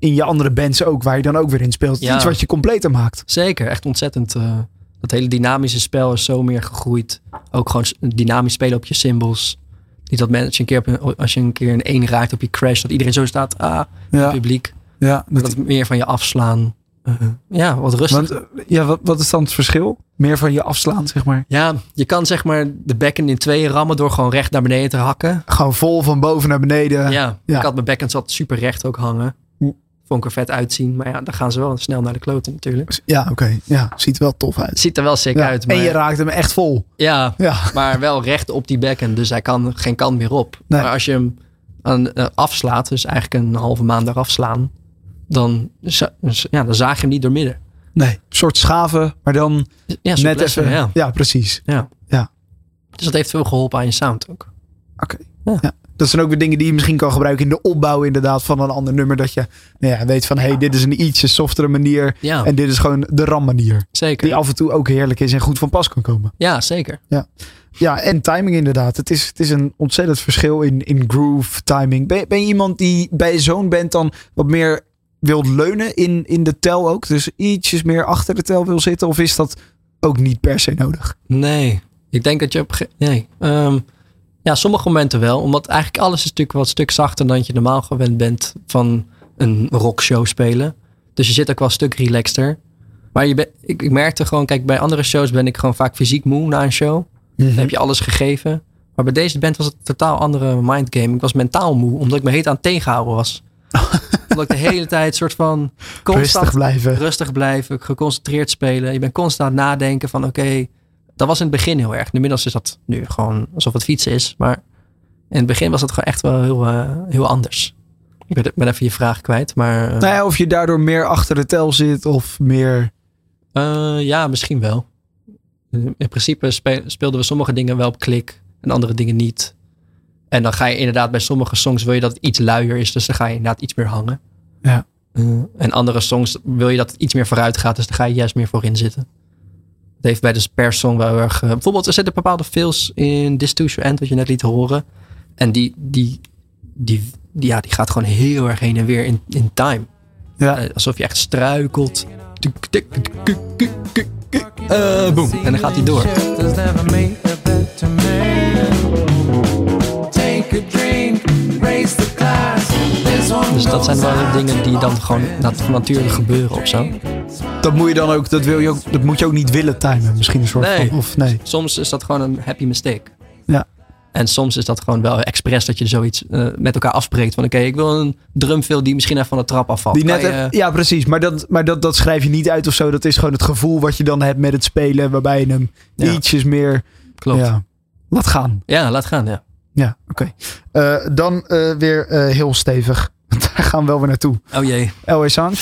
in je andere bands ook, waar je dan ook weer in speelt. Ja. Iets wat je completer maakt. Zeker, echt ontzettend. Dat hele dynamische spel is zo meer gegroeid. Ook gewoon dynamisch spelen op je cymbals. Niet dat mensen als je een keer een 1 raakt op je crash, dat iedereen zo staat, het publiek. Ja, Dat meer van je afslaan. Wat rustig. Want, wat is dan het verschil? Meer van je afslaan, zeg maar. Ja, je kan zeg maar de backhand in 2 rammen door gewoon recht naar beneden te hakken. Gewoon vol van boven naar beneden. Ja. Ik had mijn backhand zat super recht ook hangen. Vond ik er vet uitzien. Maar ja, dan gaan ze wel snel naar de kloten natuurlijk. Ja, oké. Ja, ziet er wel tof uit. Ziet er wel sick uit. Maar... En je raakt hem echt vol. Ja, maar wel recht op die backhand. Dus hij kan geen kant meer op. Nee. Maar als je hem afslaat, dus eigenlijk een halve maand eraf slaan, dan zaag je hem niet door midden. Nee, een soort schaven, maar dan net even. Ja, precies. Ja. Dus dat heeft veel geholpen aan je sound ook. Oké. Ja. Dat zijn ook weer dingen die je misschien kan gebruiken in de opbouw inderdaad van een ander nummer. Dat je weet van dit is een ietsje softere manier. Ja. En dit is gewoon de RAM manier. Zeker. Die af en toe ook heerlijk is en goed van pas kan komen. Ja, zeker. Ja, en timing inderdaad. Het is een ontzettend verschil in groove, timing. Ben je iemand die bij zo'n band dan wat meer wilt leunen in de tel ook? Dus ietsjes meer achter de tel wil zitten? Of is dat ook niet per se nodig? Nee. Ik denk dat je sommige momenten wel. Omdat eigenlijk alles is natuurlijk wat stuk zachter dan je normaal gewend bent van een rockshow spelen. Dus je zit ook wel een stuk relaxter. Maar ik merkte gewoon, kijk, bij andere shows ben ik gewoon vaak fysiek moe na een show. Dan heb je alles gegeven. Maar bij deze band was het een totaal andere mindgame. Ik was mentaal moe, omdat ik me heet aan het tegenhouden was. Omdat ik de hele tijd soort van constant rustig blijven, geconcentreerd spelen. Je bent constant aan het nadenken van oké, dat was in het begin heel erg. Inmiddels is dat nu gewoon alsof het fietsen is. Maar in het begin was het gewoon echt wel heel anders. Ik ben even je vraag kwijt. Maar, of je daardoor meer achter de tel zit of meer... Ja, misschien wel. In principe speelden we sommige dingen wel op klik en andere dingen niet. En dan ga je inderdaad bij sommige songs wil je dat het iets luier is. Dus dan ga je inderdaad iets meer hangen. Ja. En andere songs wil je dat het iets meer vooruit gaat. Dus dan ga je juist meer voorin zitten. Het heeft bij de per song wel erg... bijvoorbeeld er zitten bepaalde fills in This To Your End, wat je net liet horen. En die gaat gewoon heel erg heen en weer in time. Ja. Alsof je echt struikelt. Boom. En dan gaat hij door. Dus dat zijn wel dingen die dan gewoon natuurlijk gebeuren of zo. Dat moet je dan ook, dat moet je ook niet willen timen. Misschien een soort van, of nee. Soms is dat gewoon een happy mistake. Ja. En soms is dat gewoon wel expres dat je zoiets met elkaar afspreekt. Van oké, ik wil een drumfill die misschien even van de trap afvalt. Ja, precies. Maar dat schrijf je niet uit of zo. Dat is gewoon het gevoel wat je dan hebt met het spelen. Waarbij je hem ietsjes meer... Klopt. Laat gaan. Ja, laat gaan, ja. Ja, oké. Dan weer heel stevig. Daar gaan we wel weer naartoe. Oh jee. L.A. Sound.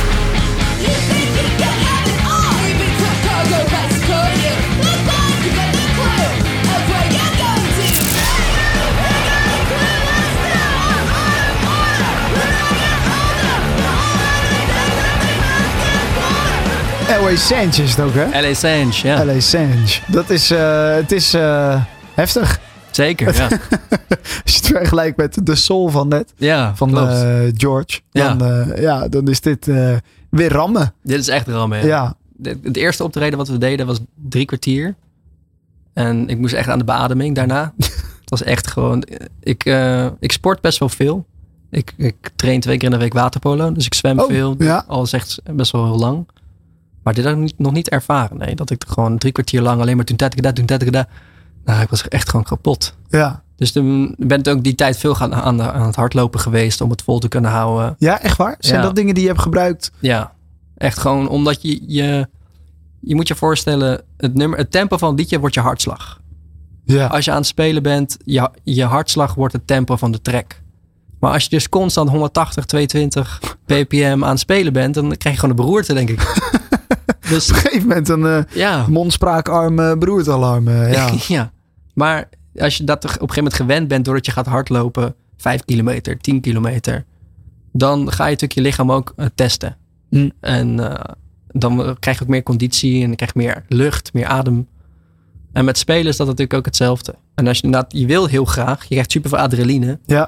L.A. Sange is het ook, hè? L.A. Sange, ja. L.A. Sange. Dat is... het is heftig. Zeker, ja. Als je het vergelijkt met de soul van net. Ja, van George. Dan is dit weer rammen. Dit is echt rammen, ja. Het eerste optreden wat we deden was 3 kwartier. En ik moest echt aan de beademing daarna. Het was echt gewoon... Ik sport best wel veel. Ik train 2 keer in de week waterpolo. Dus ik zwem veel. Ja. Al is echt best wel heel lang. Maar dit had ik nog niet ervaren. Nee, dat ik gewoon 3 kwartier lang alleen maar toen dat. Nou, ik was echt gewoon kapot. Ja. Dus toen ben ik ook die tijd veel aan het hardlopen geweest om het vol te kunnen houden. Ja, echt waar? Zijn dat dingen die je hebt gebruikt? Ja, echt gewoon omdat je moet je voorstellen, het tempo van het liedje wordt je hartslag. Ja. Als je aan het spelen bent, je hartslag wordt het tempo van de track. Maar als je dus constant 180, 220 ppm aan het spelen bent, dan krijg je gewoon een beroerte, denk ik. Dus, op een gegeven moment een mondspraakarm beroertealarm. Ja, maar als je dat op een gegeven moment gewend bent doordat je gaat hardlopen, 5 kilometer, 10 kilometer, dan ga je natuurlijk je lichaam ook testen. En dan krijg je ook meer conditie en dan krijg je meer lucht, meer adem. En met spelen is dat natuurlijk ook hetzelfde. En als je wil heel graag, je krijgt super veel adrenaline. Ja.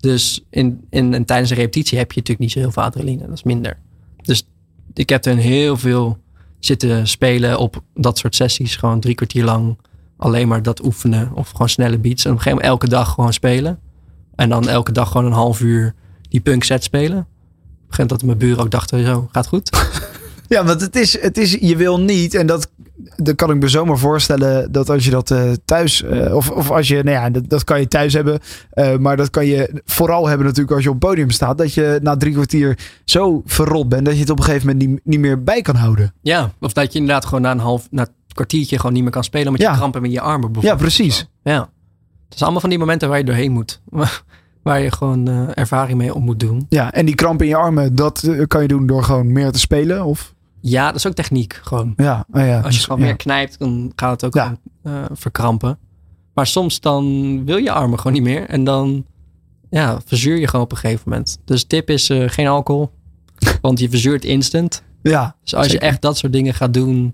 Dus tijdens een repetitie heb je natuurlijk niet zo heel veel adrenaline. Dat is minder. Dus ik heb er heel veel zitten spelen op dat soort sessies. Gewoon 3 kwartier lang alleen maar dat oefenen. Of gewoon snelle beats. En op een gegeven moment elke dag gewoon spelen. En dan elke dag gewoon een half uur die punk set spelen. Op een gegeven moment dat mijn buren ook dachten, zo, gaat goed. Ja, want het is, je wil niet, en dat kan ik me zomaar voorstellen, dat als je dat thuis, of als je, nou ja, dat kan je thuis hebben, maar dat kan je vooral hebben natuurlijk als je op het podium staat, dat je na 3 kwartier zo verrot bent, dat je het op een gegeven moment niet meer bij kan houden. Ja, of dat je inderdaad gewoon na een kwartiertje gewoon niet meer kan spelen, omdat je krampen met je armen bijvoorbeeld. Ja, precies. Ja, het is allemaal van die momenten waar je doorheen moet. Waar je gewoon ervaring mee op moet doen. Ja, en die kramp in je armen, dat kan je doen door gewoon meer te spelen, of? Ja, dat is ook techniek gewoon. Ja, als je gewoon meer knijpt, dan gaat het ook gewoon, verkrampen. Maar soms dan wil je armen gewoon niet meer. En dan verzuur je gewoon op een gegeven moment. Dus tip is geen alcohol. Want je verzuurt instant. Ja, dus als je echt dat soort dingen gaat doen.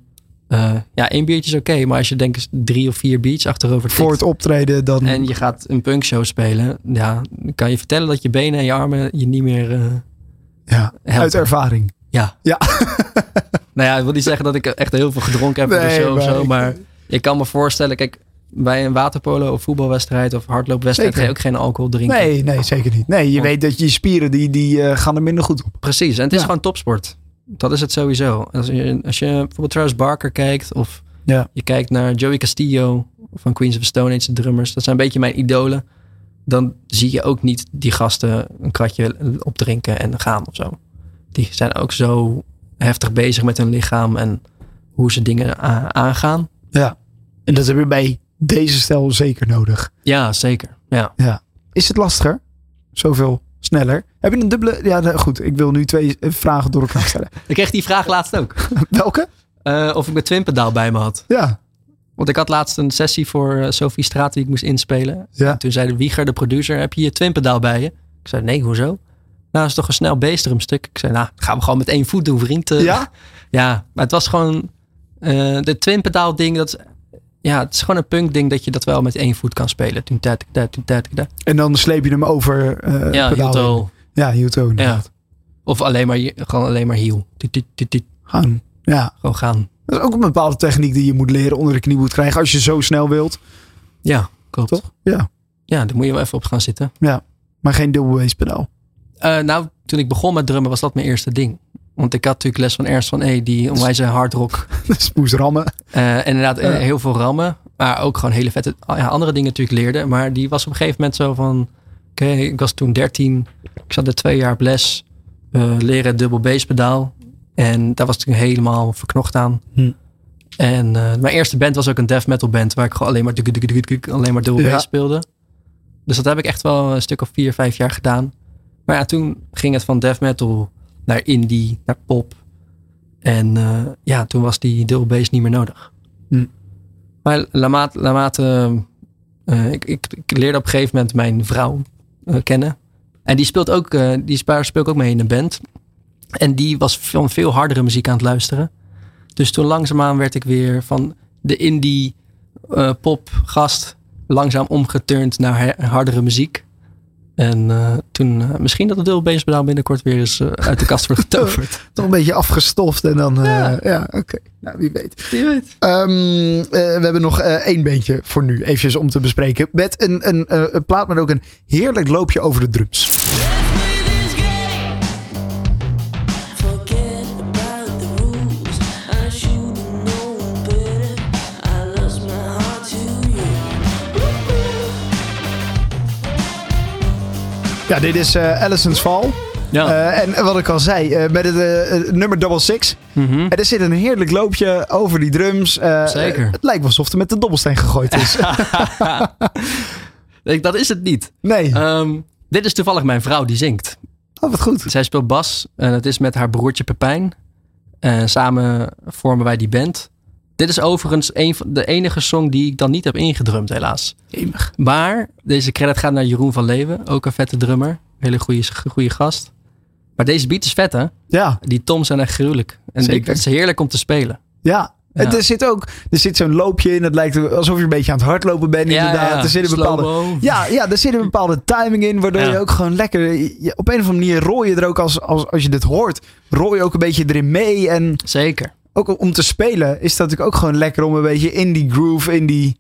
1 biertje is oké. Maar als je denkt 3 of 4 biertjes achterover tikt. Voor het optreden dan. En je gaat een punkshow spelen. Ja, dan kan je vertellen dat je benen en je armen je niet meer uit ervaring. Ja. Nou ja, ik wil niet zeggen dat ik echt heel veel gedronken heb voor de show of zo. Maar ik kan me voorstellen, kijk, bij een waterpolo of voetbalwedstrijd of hardloopwedstrijd ga je ook geen alcohol drinken. Nee, zeker niet. Nee, je weet dat je spieren die gaan er minder goed op. Precies, en het is gewoon topsport. Dat is het sowieso. Als je bijvoorbeeld Travis Barker kijkt of je kijkt naar Joey Castillo van Queens of the Stone Age, de drummers. Dat zijn een beetje mijn idolen. Dan zie je ook niet die gasten een kratje opdrinken en gaan of zo. Die zijn ook zo heftig bezig met hun lichaam en hoe ze dingen aangaan. Ja, en dat heb je bij deze stijl zeker nodig. Ja, zeker. Ja. Is het lastiger? Zoveel sneller? Heb je een dubbele... Ja, goed. Ik wil nu 2 vragen door elkaar stellen. Ik kreeg die vraag laatst ook. Welke? Of ik mijn twinpedaal bij me had. Ja. Want ik had laatst een sessie voor Sophie Straat die ik moest inspelen. Ja. En toen zei de Wieger, de producer, heb je je twinpedaal bij je? Ik zei, nee, hoezo? Nou, dat is toch een snel beestrumstuk. Ik zei, nou, dat gaan we gewoon met 1 voet doen, vriend. Ja? Ja, maar het was gewoon... de twinpedaal ding, dat is... Ja, het is gewoon een punk ding dat je dat wel met 1 voet kan spelen. En dan sleep je hem over heel-toe. Ja, heel-toe inderdaad. Ja. Of alleen maar heel. Gaan. Ja. Gewoon gaan. Dat is ook een bepaalde techniek die je moet leren, onder de knie moet krijgen als je zo snel wilt. Ja, klopt. Toch? Ja. Ja, daar moet je wel even op gaan zitten. Ja, maar geen double bass pedaal. Nou, toen ik begon met drummen was dat mijn eerste ding. Want ik had natuurlijk les van Ernst van E. Die onwijs hard rock. Dus moest rammen. En inderdaad heel veel rammen. Maar ook gewoon hele vette andere dingen natuurlijk leerde. Maar die was op een gegeven moment zo van... Oké, ik was toen 13. Ik zat er 2 jaar op les. Leren dubbel bass pedaal. En daar was ik helemaal verknocht aan. En mijn eerste band was ook een death metal band. Waar ik gewoon alleen maar dubbel bass speelde. Dus dat heb ik echt wel een stuk of 4, 5 jaar gedaan. Maar ja, toen ging het van death metal... naar indie, naar pop. En toen was die dubbel bass niet meer nodig. Maar ik leerde op een gegeven moment mijn vrouw kennen. En die speelt ook mee in een band. En die was van veel hardere muziek aan het luisteren. Dus toen langzaamaan werd ik weer van de indie pop gast langzaam omgeturnd naar hardere muziek. En toen misschien dat de dubbel bass pedaal binnenkort weer eens uit de kast wordt getoverd. Toch een beetje afgestoft en dan... oké. Nou, wie weet. We hebben nog 1 beentje voor nu. Eventjes om te bespreken. Met een plaat met ook een heerlijk loopje over de drums. Ja, dit is Allison's Fall. Ja. En wat ik al zei, met het nummer 66. En er zit een heerlijk loopje over die drums. Zeker. Het lijkt wel alsof er met de dobbelsteen gegooid is. Dat is het niet. Nee. Dit is toevallig mijn vrouw die zingt. Oh, wat goed. Zij speelt bas. En het is met haar broertje Pepijn. Samen vormen wij die band. Dit is overigens de enige song die ik dan niet heb ingedrumd, helaas. Jemig. Maar deze credit gaat naar Jeroen van Leeuwen. Ook een vette drummer. Hele goede gast. Maar deze beat is vet, hè? Ja. Die toms zijn echt gruwelijk. En het is heerlijk om te spelen. Ja. Ja. Er zit zo'n loopje in. Het lijkt alsof je een beetje aan het hardlopen bent. Inderdaad. Ja. Er zit een bepaalde, er zit een bepaalde timing in. Waardoor je ook gewoon lekker... op een of andere manier rooi je er ook als je dit hoort. Rooi je ook een beetje erin mee. En Zeker. ook om te spelen is dat natuurlijk ook gewoon lekker om een beetje in die groove,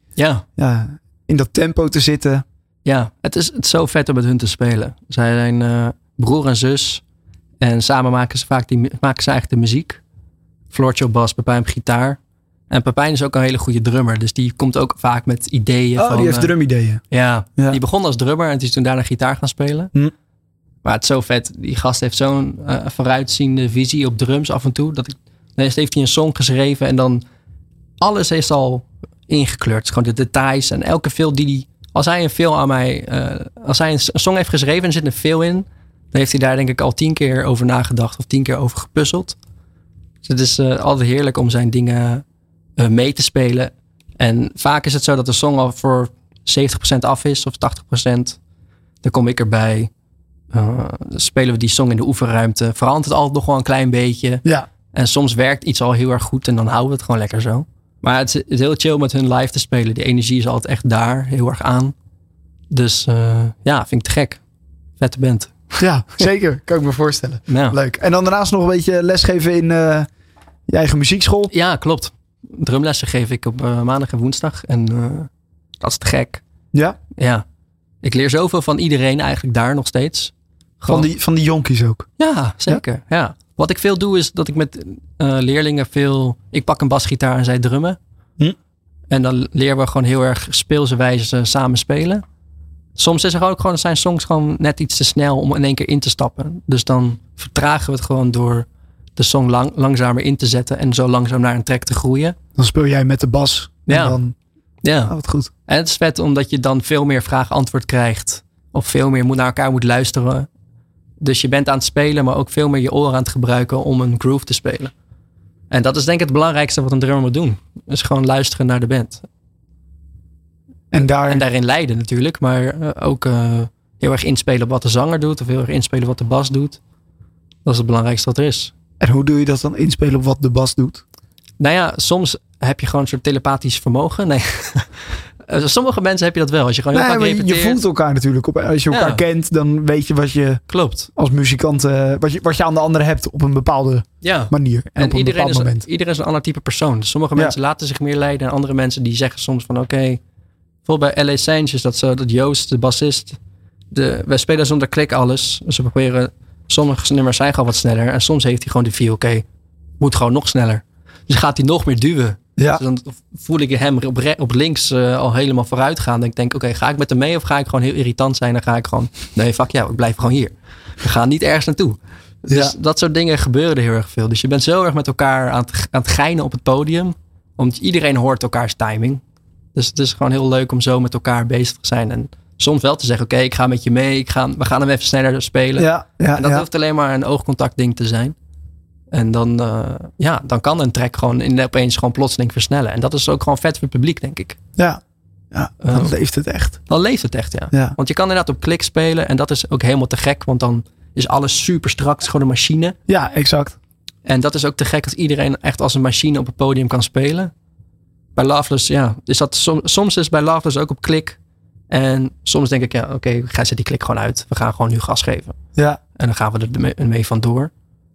in dat tempo te zitten. Ja, het is zo vet om met hun te spelen. Zij zijn broer en zus. En samen maken ze eigenlijk de muziek. Floortje op bas, Pepijn op gitaar. En Pepijn is ook een hele goede drummer. Dus die komt ook vaak met ideeën. Die heeft drumideeën. Ja, die begon als drummer en is toen daarna gitaar gaan spelen. Maar het is zo vet. Die gast heeft zo'n vooruitziende visie op drums af en toe. Heeft hij een song geschreven en dan alles is al ingekleurd. Gewoon de details en elke feel als hij een feel aan mij... als hij een song heeft geschreven en er zit een feel in... dan heeft hij daar denk ik al 10 keer over nagedacht of 10 keer over gepuzzeld. Dus het is altijd heerlijk om zijn dingen mee te spelen. En vaak is het zo dat de song al voor 70% af is of 80%. Dan kom ik erbij. Dan spelen we die song in de oefenruimte. Verandert het altijd nog wel een klein beetje. Ja. En soms werkt iets al heel erg goed en dan houden we het gewoon lekker zo. Maar het is heel chill met hun live te spelen. Die energie is altijd echt daar, heel erg aan. Dus vind ik te gek. Vette band. Ja, zeker. Kan ik me voorstellen. Ja. Leuk. En dan daarnaast nog een beetje lesgeven in je eigen muziekschool. Ja, klopt. Drumlessen geef ik op maandag en woensdag. En dat is te gek. Ja? Ja. Ik leer zoveel van iedereen eigenlijk daar nog steeds. Gewoon... Van die jonkies ook? Ja, zeker. Ja. Wat ik veel doe is dat ik met leerlingen ik pak een basgitaar en zij drummen. En dan leren we gewoon heel erg speelse wijze samen spelen. Soms is er ook gewoon, zijn songs gewoon net iets te snel om in één keer in te stappen. Dus dan vertragen we het gewoon door de song langzamer in te zetten en zo langzaam naar een track te groeien. Dan speel jij met de bas. En dan, wat goed. En het is vet omdat je dan veel meer vraag-antwoord krijgt. Of veel meer naar elkaar moet luisteren. Dus je bent aan het spelen, maar ook veel meer je oren aan het gebruiken om een groove te spelen. En dat is denk ik het belangrijkste wat een drummer moet doen. Dus gewoon luisteren naar de band. En daarin leiden natuurlijk. Maar ook heel erg inspelen op wat de zanger doet. Of heel erg inspelen wat de bas doet. Dat is het belangrijkste wat er is. En hoe doe je dat dan inspelen op wat de bas doet? Nou ja, soms heb je gewoon een soort telepathisch vermogen. Nee. Sommige mensen heb je dat wel. Als je gewoon heel vaak repeteert. Je voelt elkaar natuurlijk. Als je elkaar kent, dan weet je wat je als muzikant... wat je aan de andere hebt op een bepaalde manier. En iedereen is een ander type persoon. Dus sommige mensen laten zich meer leiden. En andere mensen die zeggen soms van oké, bijvoorbeeld bij L.A. Saints is dat zo. Dat Joost, de bassist... wij spelen zonder klik alles. Dus we proberen... Sommige nummers zijn gewoon wat sneller. En soms heeft hij gewoon de feel. Moet gewoon nog sneller. Dus gaat hij nog meer duwen. Ja. Dus dan voel ik hem op links al helemaal vooruit gaan. Dan denk ik, ga ik met hem mee of ga ik gewoon heel irritant zijn? Dan ga ik gewoon, nee, fuck jou, ik blijf gewoon hier. We gaan niet ergens naartoe. Dus dat soort dingen gebeuren er heel erg veel. Dus je bent zo erg met elkaar aan het geinen op het podium. Want iedereen hoort elkaars timing. Dus het is gewoon heel leuk om zo met elkaar bezig te zijn. En soms wel te zeggen, ik ga met je mee. We gaan hem even sneller spelen. En dat hoeft alleen maar een oogcontact ding te zijn. En dan kan een track gewoon opeens gewoon plotseling versnellen. En dat is ook gewoon vet voor het publiek, denk ik. Ja, dan leeft het echt. Dan leeft het echt, ja. Want je kan inderdaad op klik spelen. En dat is ook helemaal te gek. Want dan is alles super strak. Het is gewoon een machine. Ja, exact. En dat is ook te gek dat iedereen echt als een machine op het podium kan spelen. Bij Loveless, is dat soms is bij Loveless ook op klik. En soms denk ik, zet die klik gewoon uit. We gaan gewoon nu gas geven. Ja. En dan gaan we er mee vandoor.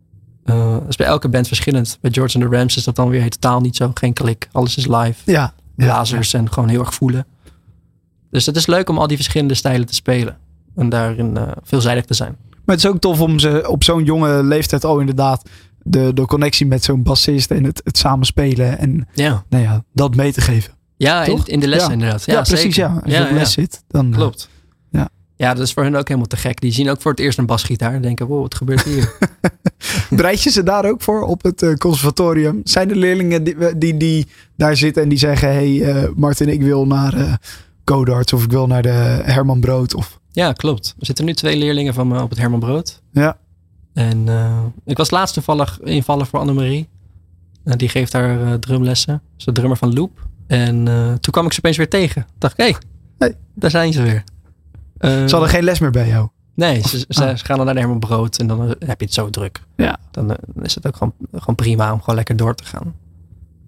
Dat is bij elke band verschillend. Bij George and the Rams is dat dan weer totaal niet zo. Geen klik. Alles is live. Ja. Blazers en gewoon heel erg voelen. Dus het is leuk om al die verschillende stijlen te spelen. En daarin veelzijdig te zijn. Maar het is ook tof om ze op zo'n jonge leeftijd al inderdaad de connectie met zo'n bassist en het samenspelen en dat mee te geven. Ja, in de lessen inderdaad. Ja, precies. Ja. Als je op les zit, dan... Klopt. Ja, dat is voor hen ook helemaal te gek. Die zien ook voor het eerst een basgitaar en denken, wow, wat gebeurt hier? Bereid je ze daar ook voor op het conservatorium? Zijn er leerlingen die daar zitten en die zeggen, Martin, ik wil naar Codarts of ik wil naar de Herman Brood? Of... Ja, klopt. Er zitten nu 2 leerlingen van me op het Herman Brood. Ja. En ik was laatst toevallig invallen voor Annemarie. Die geeft daar drumlessen. Dat is de drummer van Loop. En toen kwam ik ze opeens weer tegen. Dacht ik, hey, daar zijn ze weer. Ze hadden geen les meer bij jou? Nee, ze gaan dan naar de Herman Brood en dan heb je het zo druk. Ja. Dan is het ook gewoon prima om gewoon lekker door te gaan.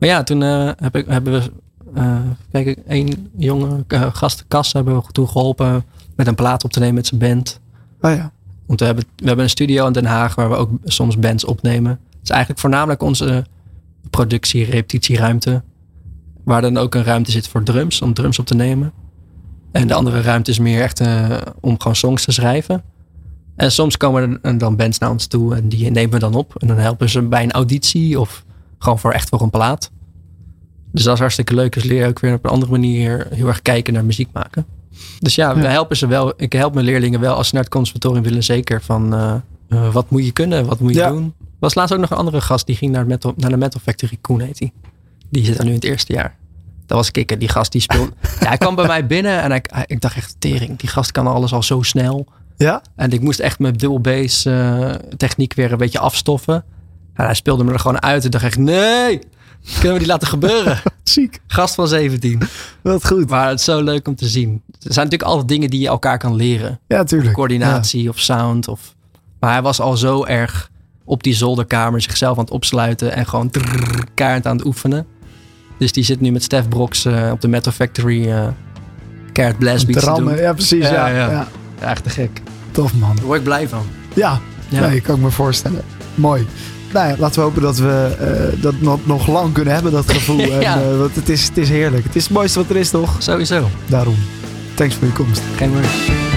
Maar ja, toen hebben we... kijk, één jonge gast, Cas, hebben we toen geholpen met een plaat op te nemen met zijn band. Oh ja. Want we hebben een studio in Den Haag waar we ook soms bands opnemen. Het is eigenlijk voornamelijk onze productie, repetitieruimte. Waar dan ook een ruimte zit voor drums, om drums op te nemen. En de andere ruimte is meer echt om gewoon songs te schrijven. En soms komen er dan bands naar ons toe en die nemen we dan op. En dan helpen ze bij een auditie of gewoon voor een plaat. Dus dat is hartstikke leuk. Dus leer je ook weer op een andere manier heel erg kijken naar muziek maken. Dus ja, we helpen ze wel. Ik help mijn leerlingen wel als ze naar het conservatorium willen. Zeker van wat moet je kunnen, wat moet je doen. Er was laatst ook nog een andere gast die ging naar de Metal Factory. Koen heet hij. Die zit er nu in het eerste jaar. Dat was Kikker, die gast die speelde. Ja, hij kwam bij mij binnen en ik dacht echt, tering, die gast kan alles al zo snel. Ja? En ik moest echt mijn dual bass techniek weer een beetje afstoffen. En hij speelde me er gewoon uit en dacht echt, nee, kunnen we die laten gebeuren? Ziek. Gast van 17. Wat goed. Maar het is zo leuk om te zien. Er zijn natuurlijk altijd dingen die je elkaar kan leren. Ja, tuurlijk. Coördinatie of sound. Maar hij was al zo erg op die zolderkamer zichzelf aan het opsluiten en gewoon keihard aan het oefenen. Dus die zit nu met Stef Brox op de Metal Factory keihard blastbeats te doen. Ja, precies. Ja. Echt te gek. Tof, man. Daar word ik blij van. Ja. Nee, kan ik me voorstellen. Mooi. Nou ja, laten we hopen dat we dat nog lang kunnen hebben, dat gevoel. Want het is heerlijk. Het is het mooiste wat er is, toch? Sowieso. Daarom. Thanks voor je komst. Geen worries.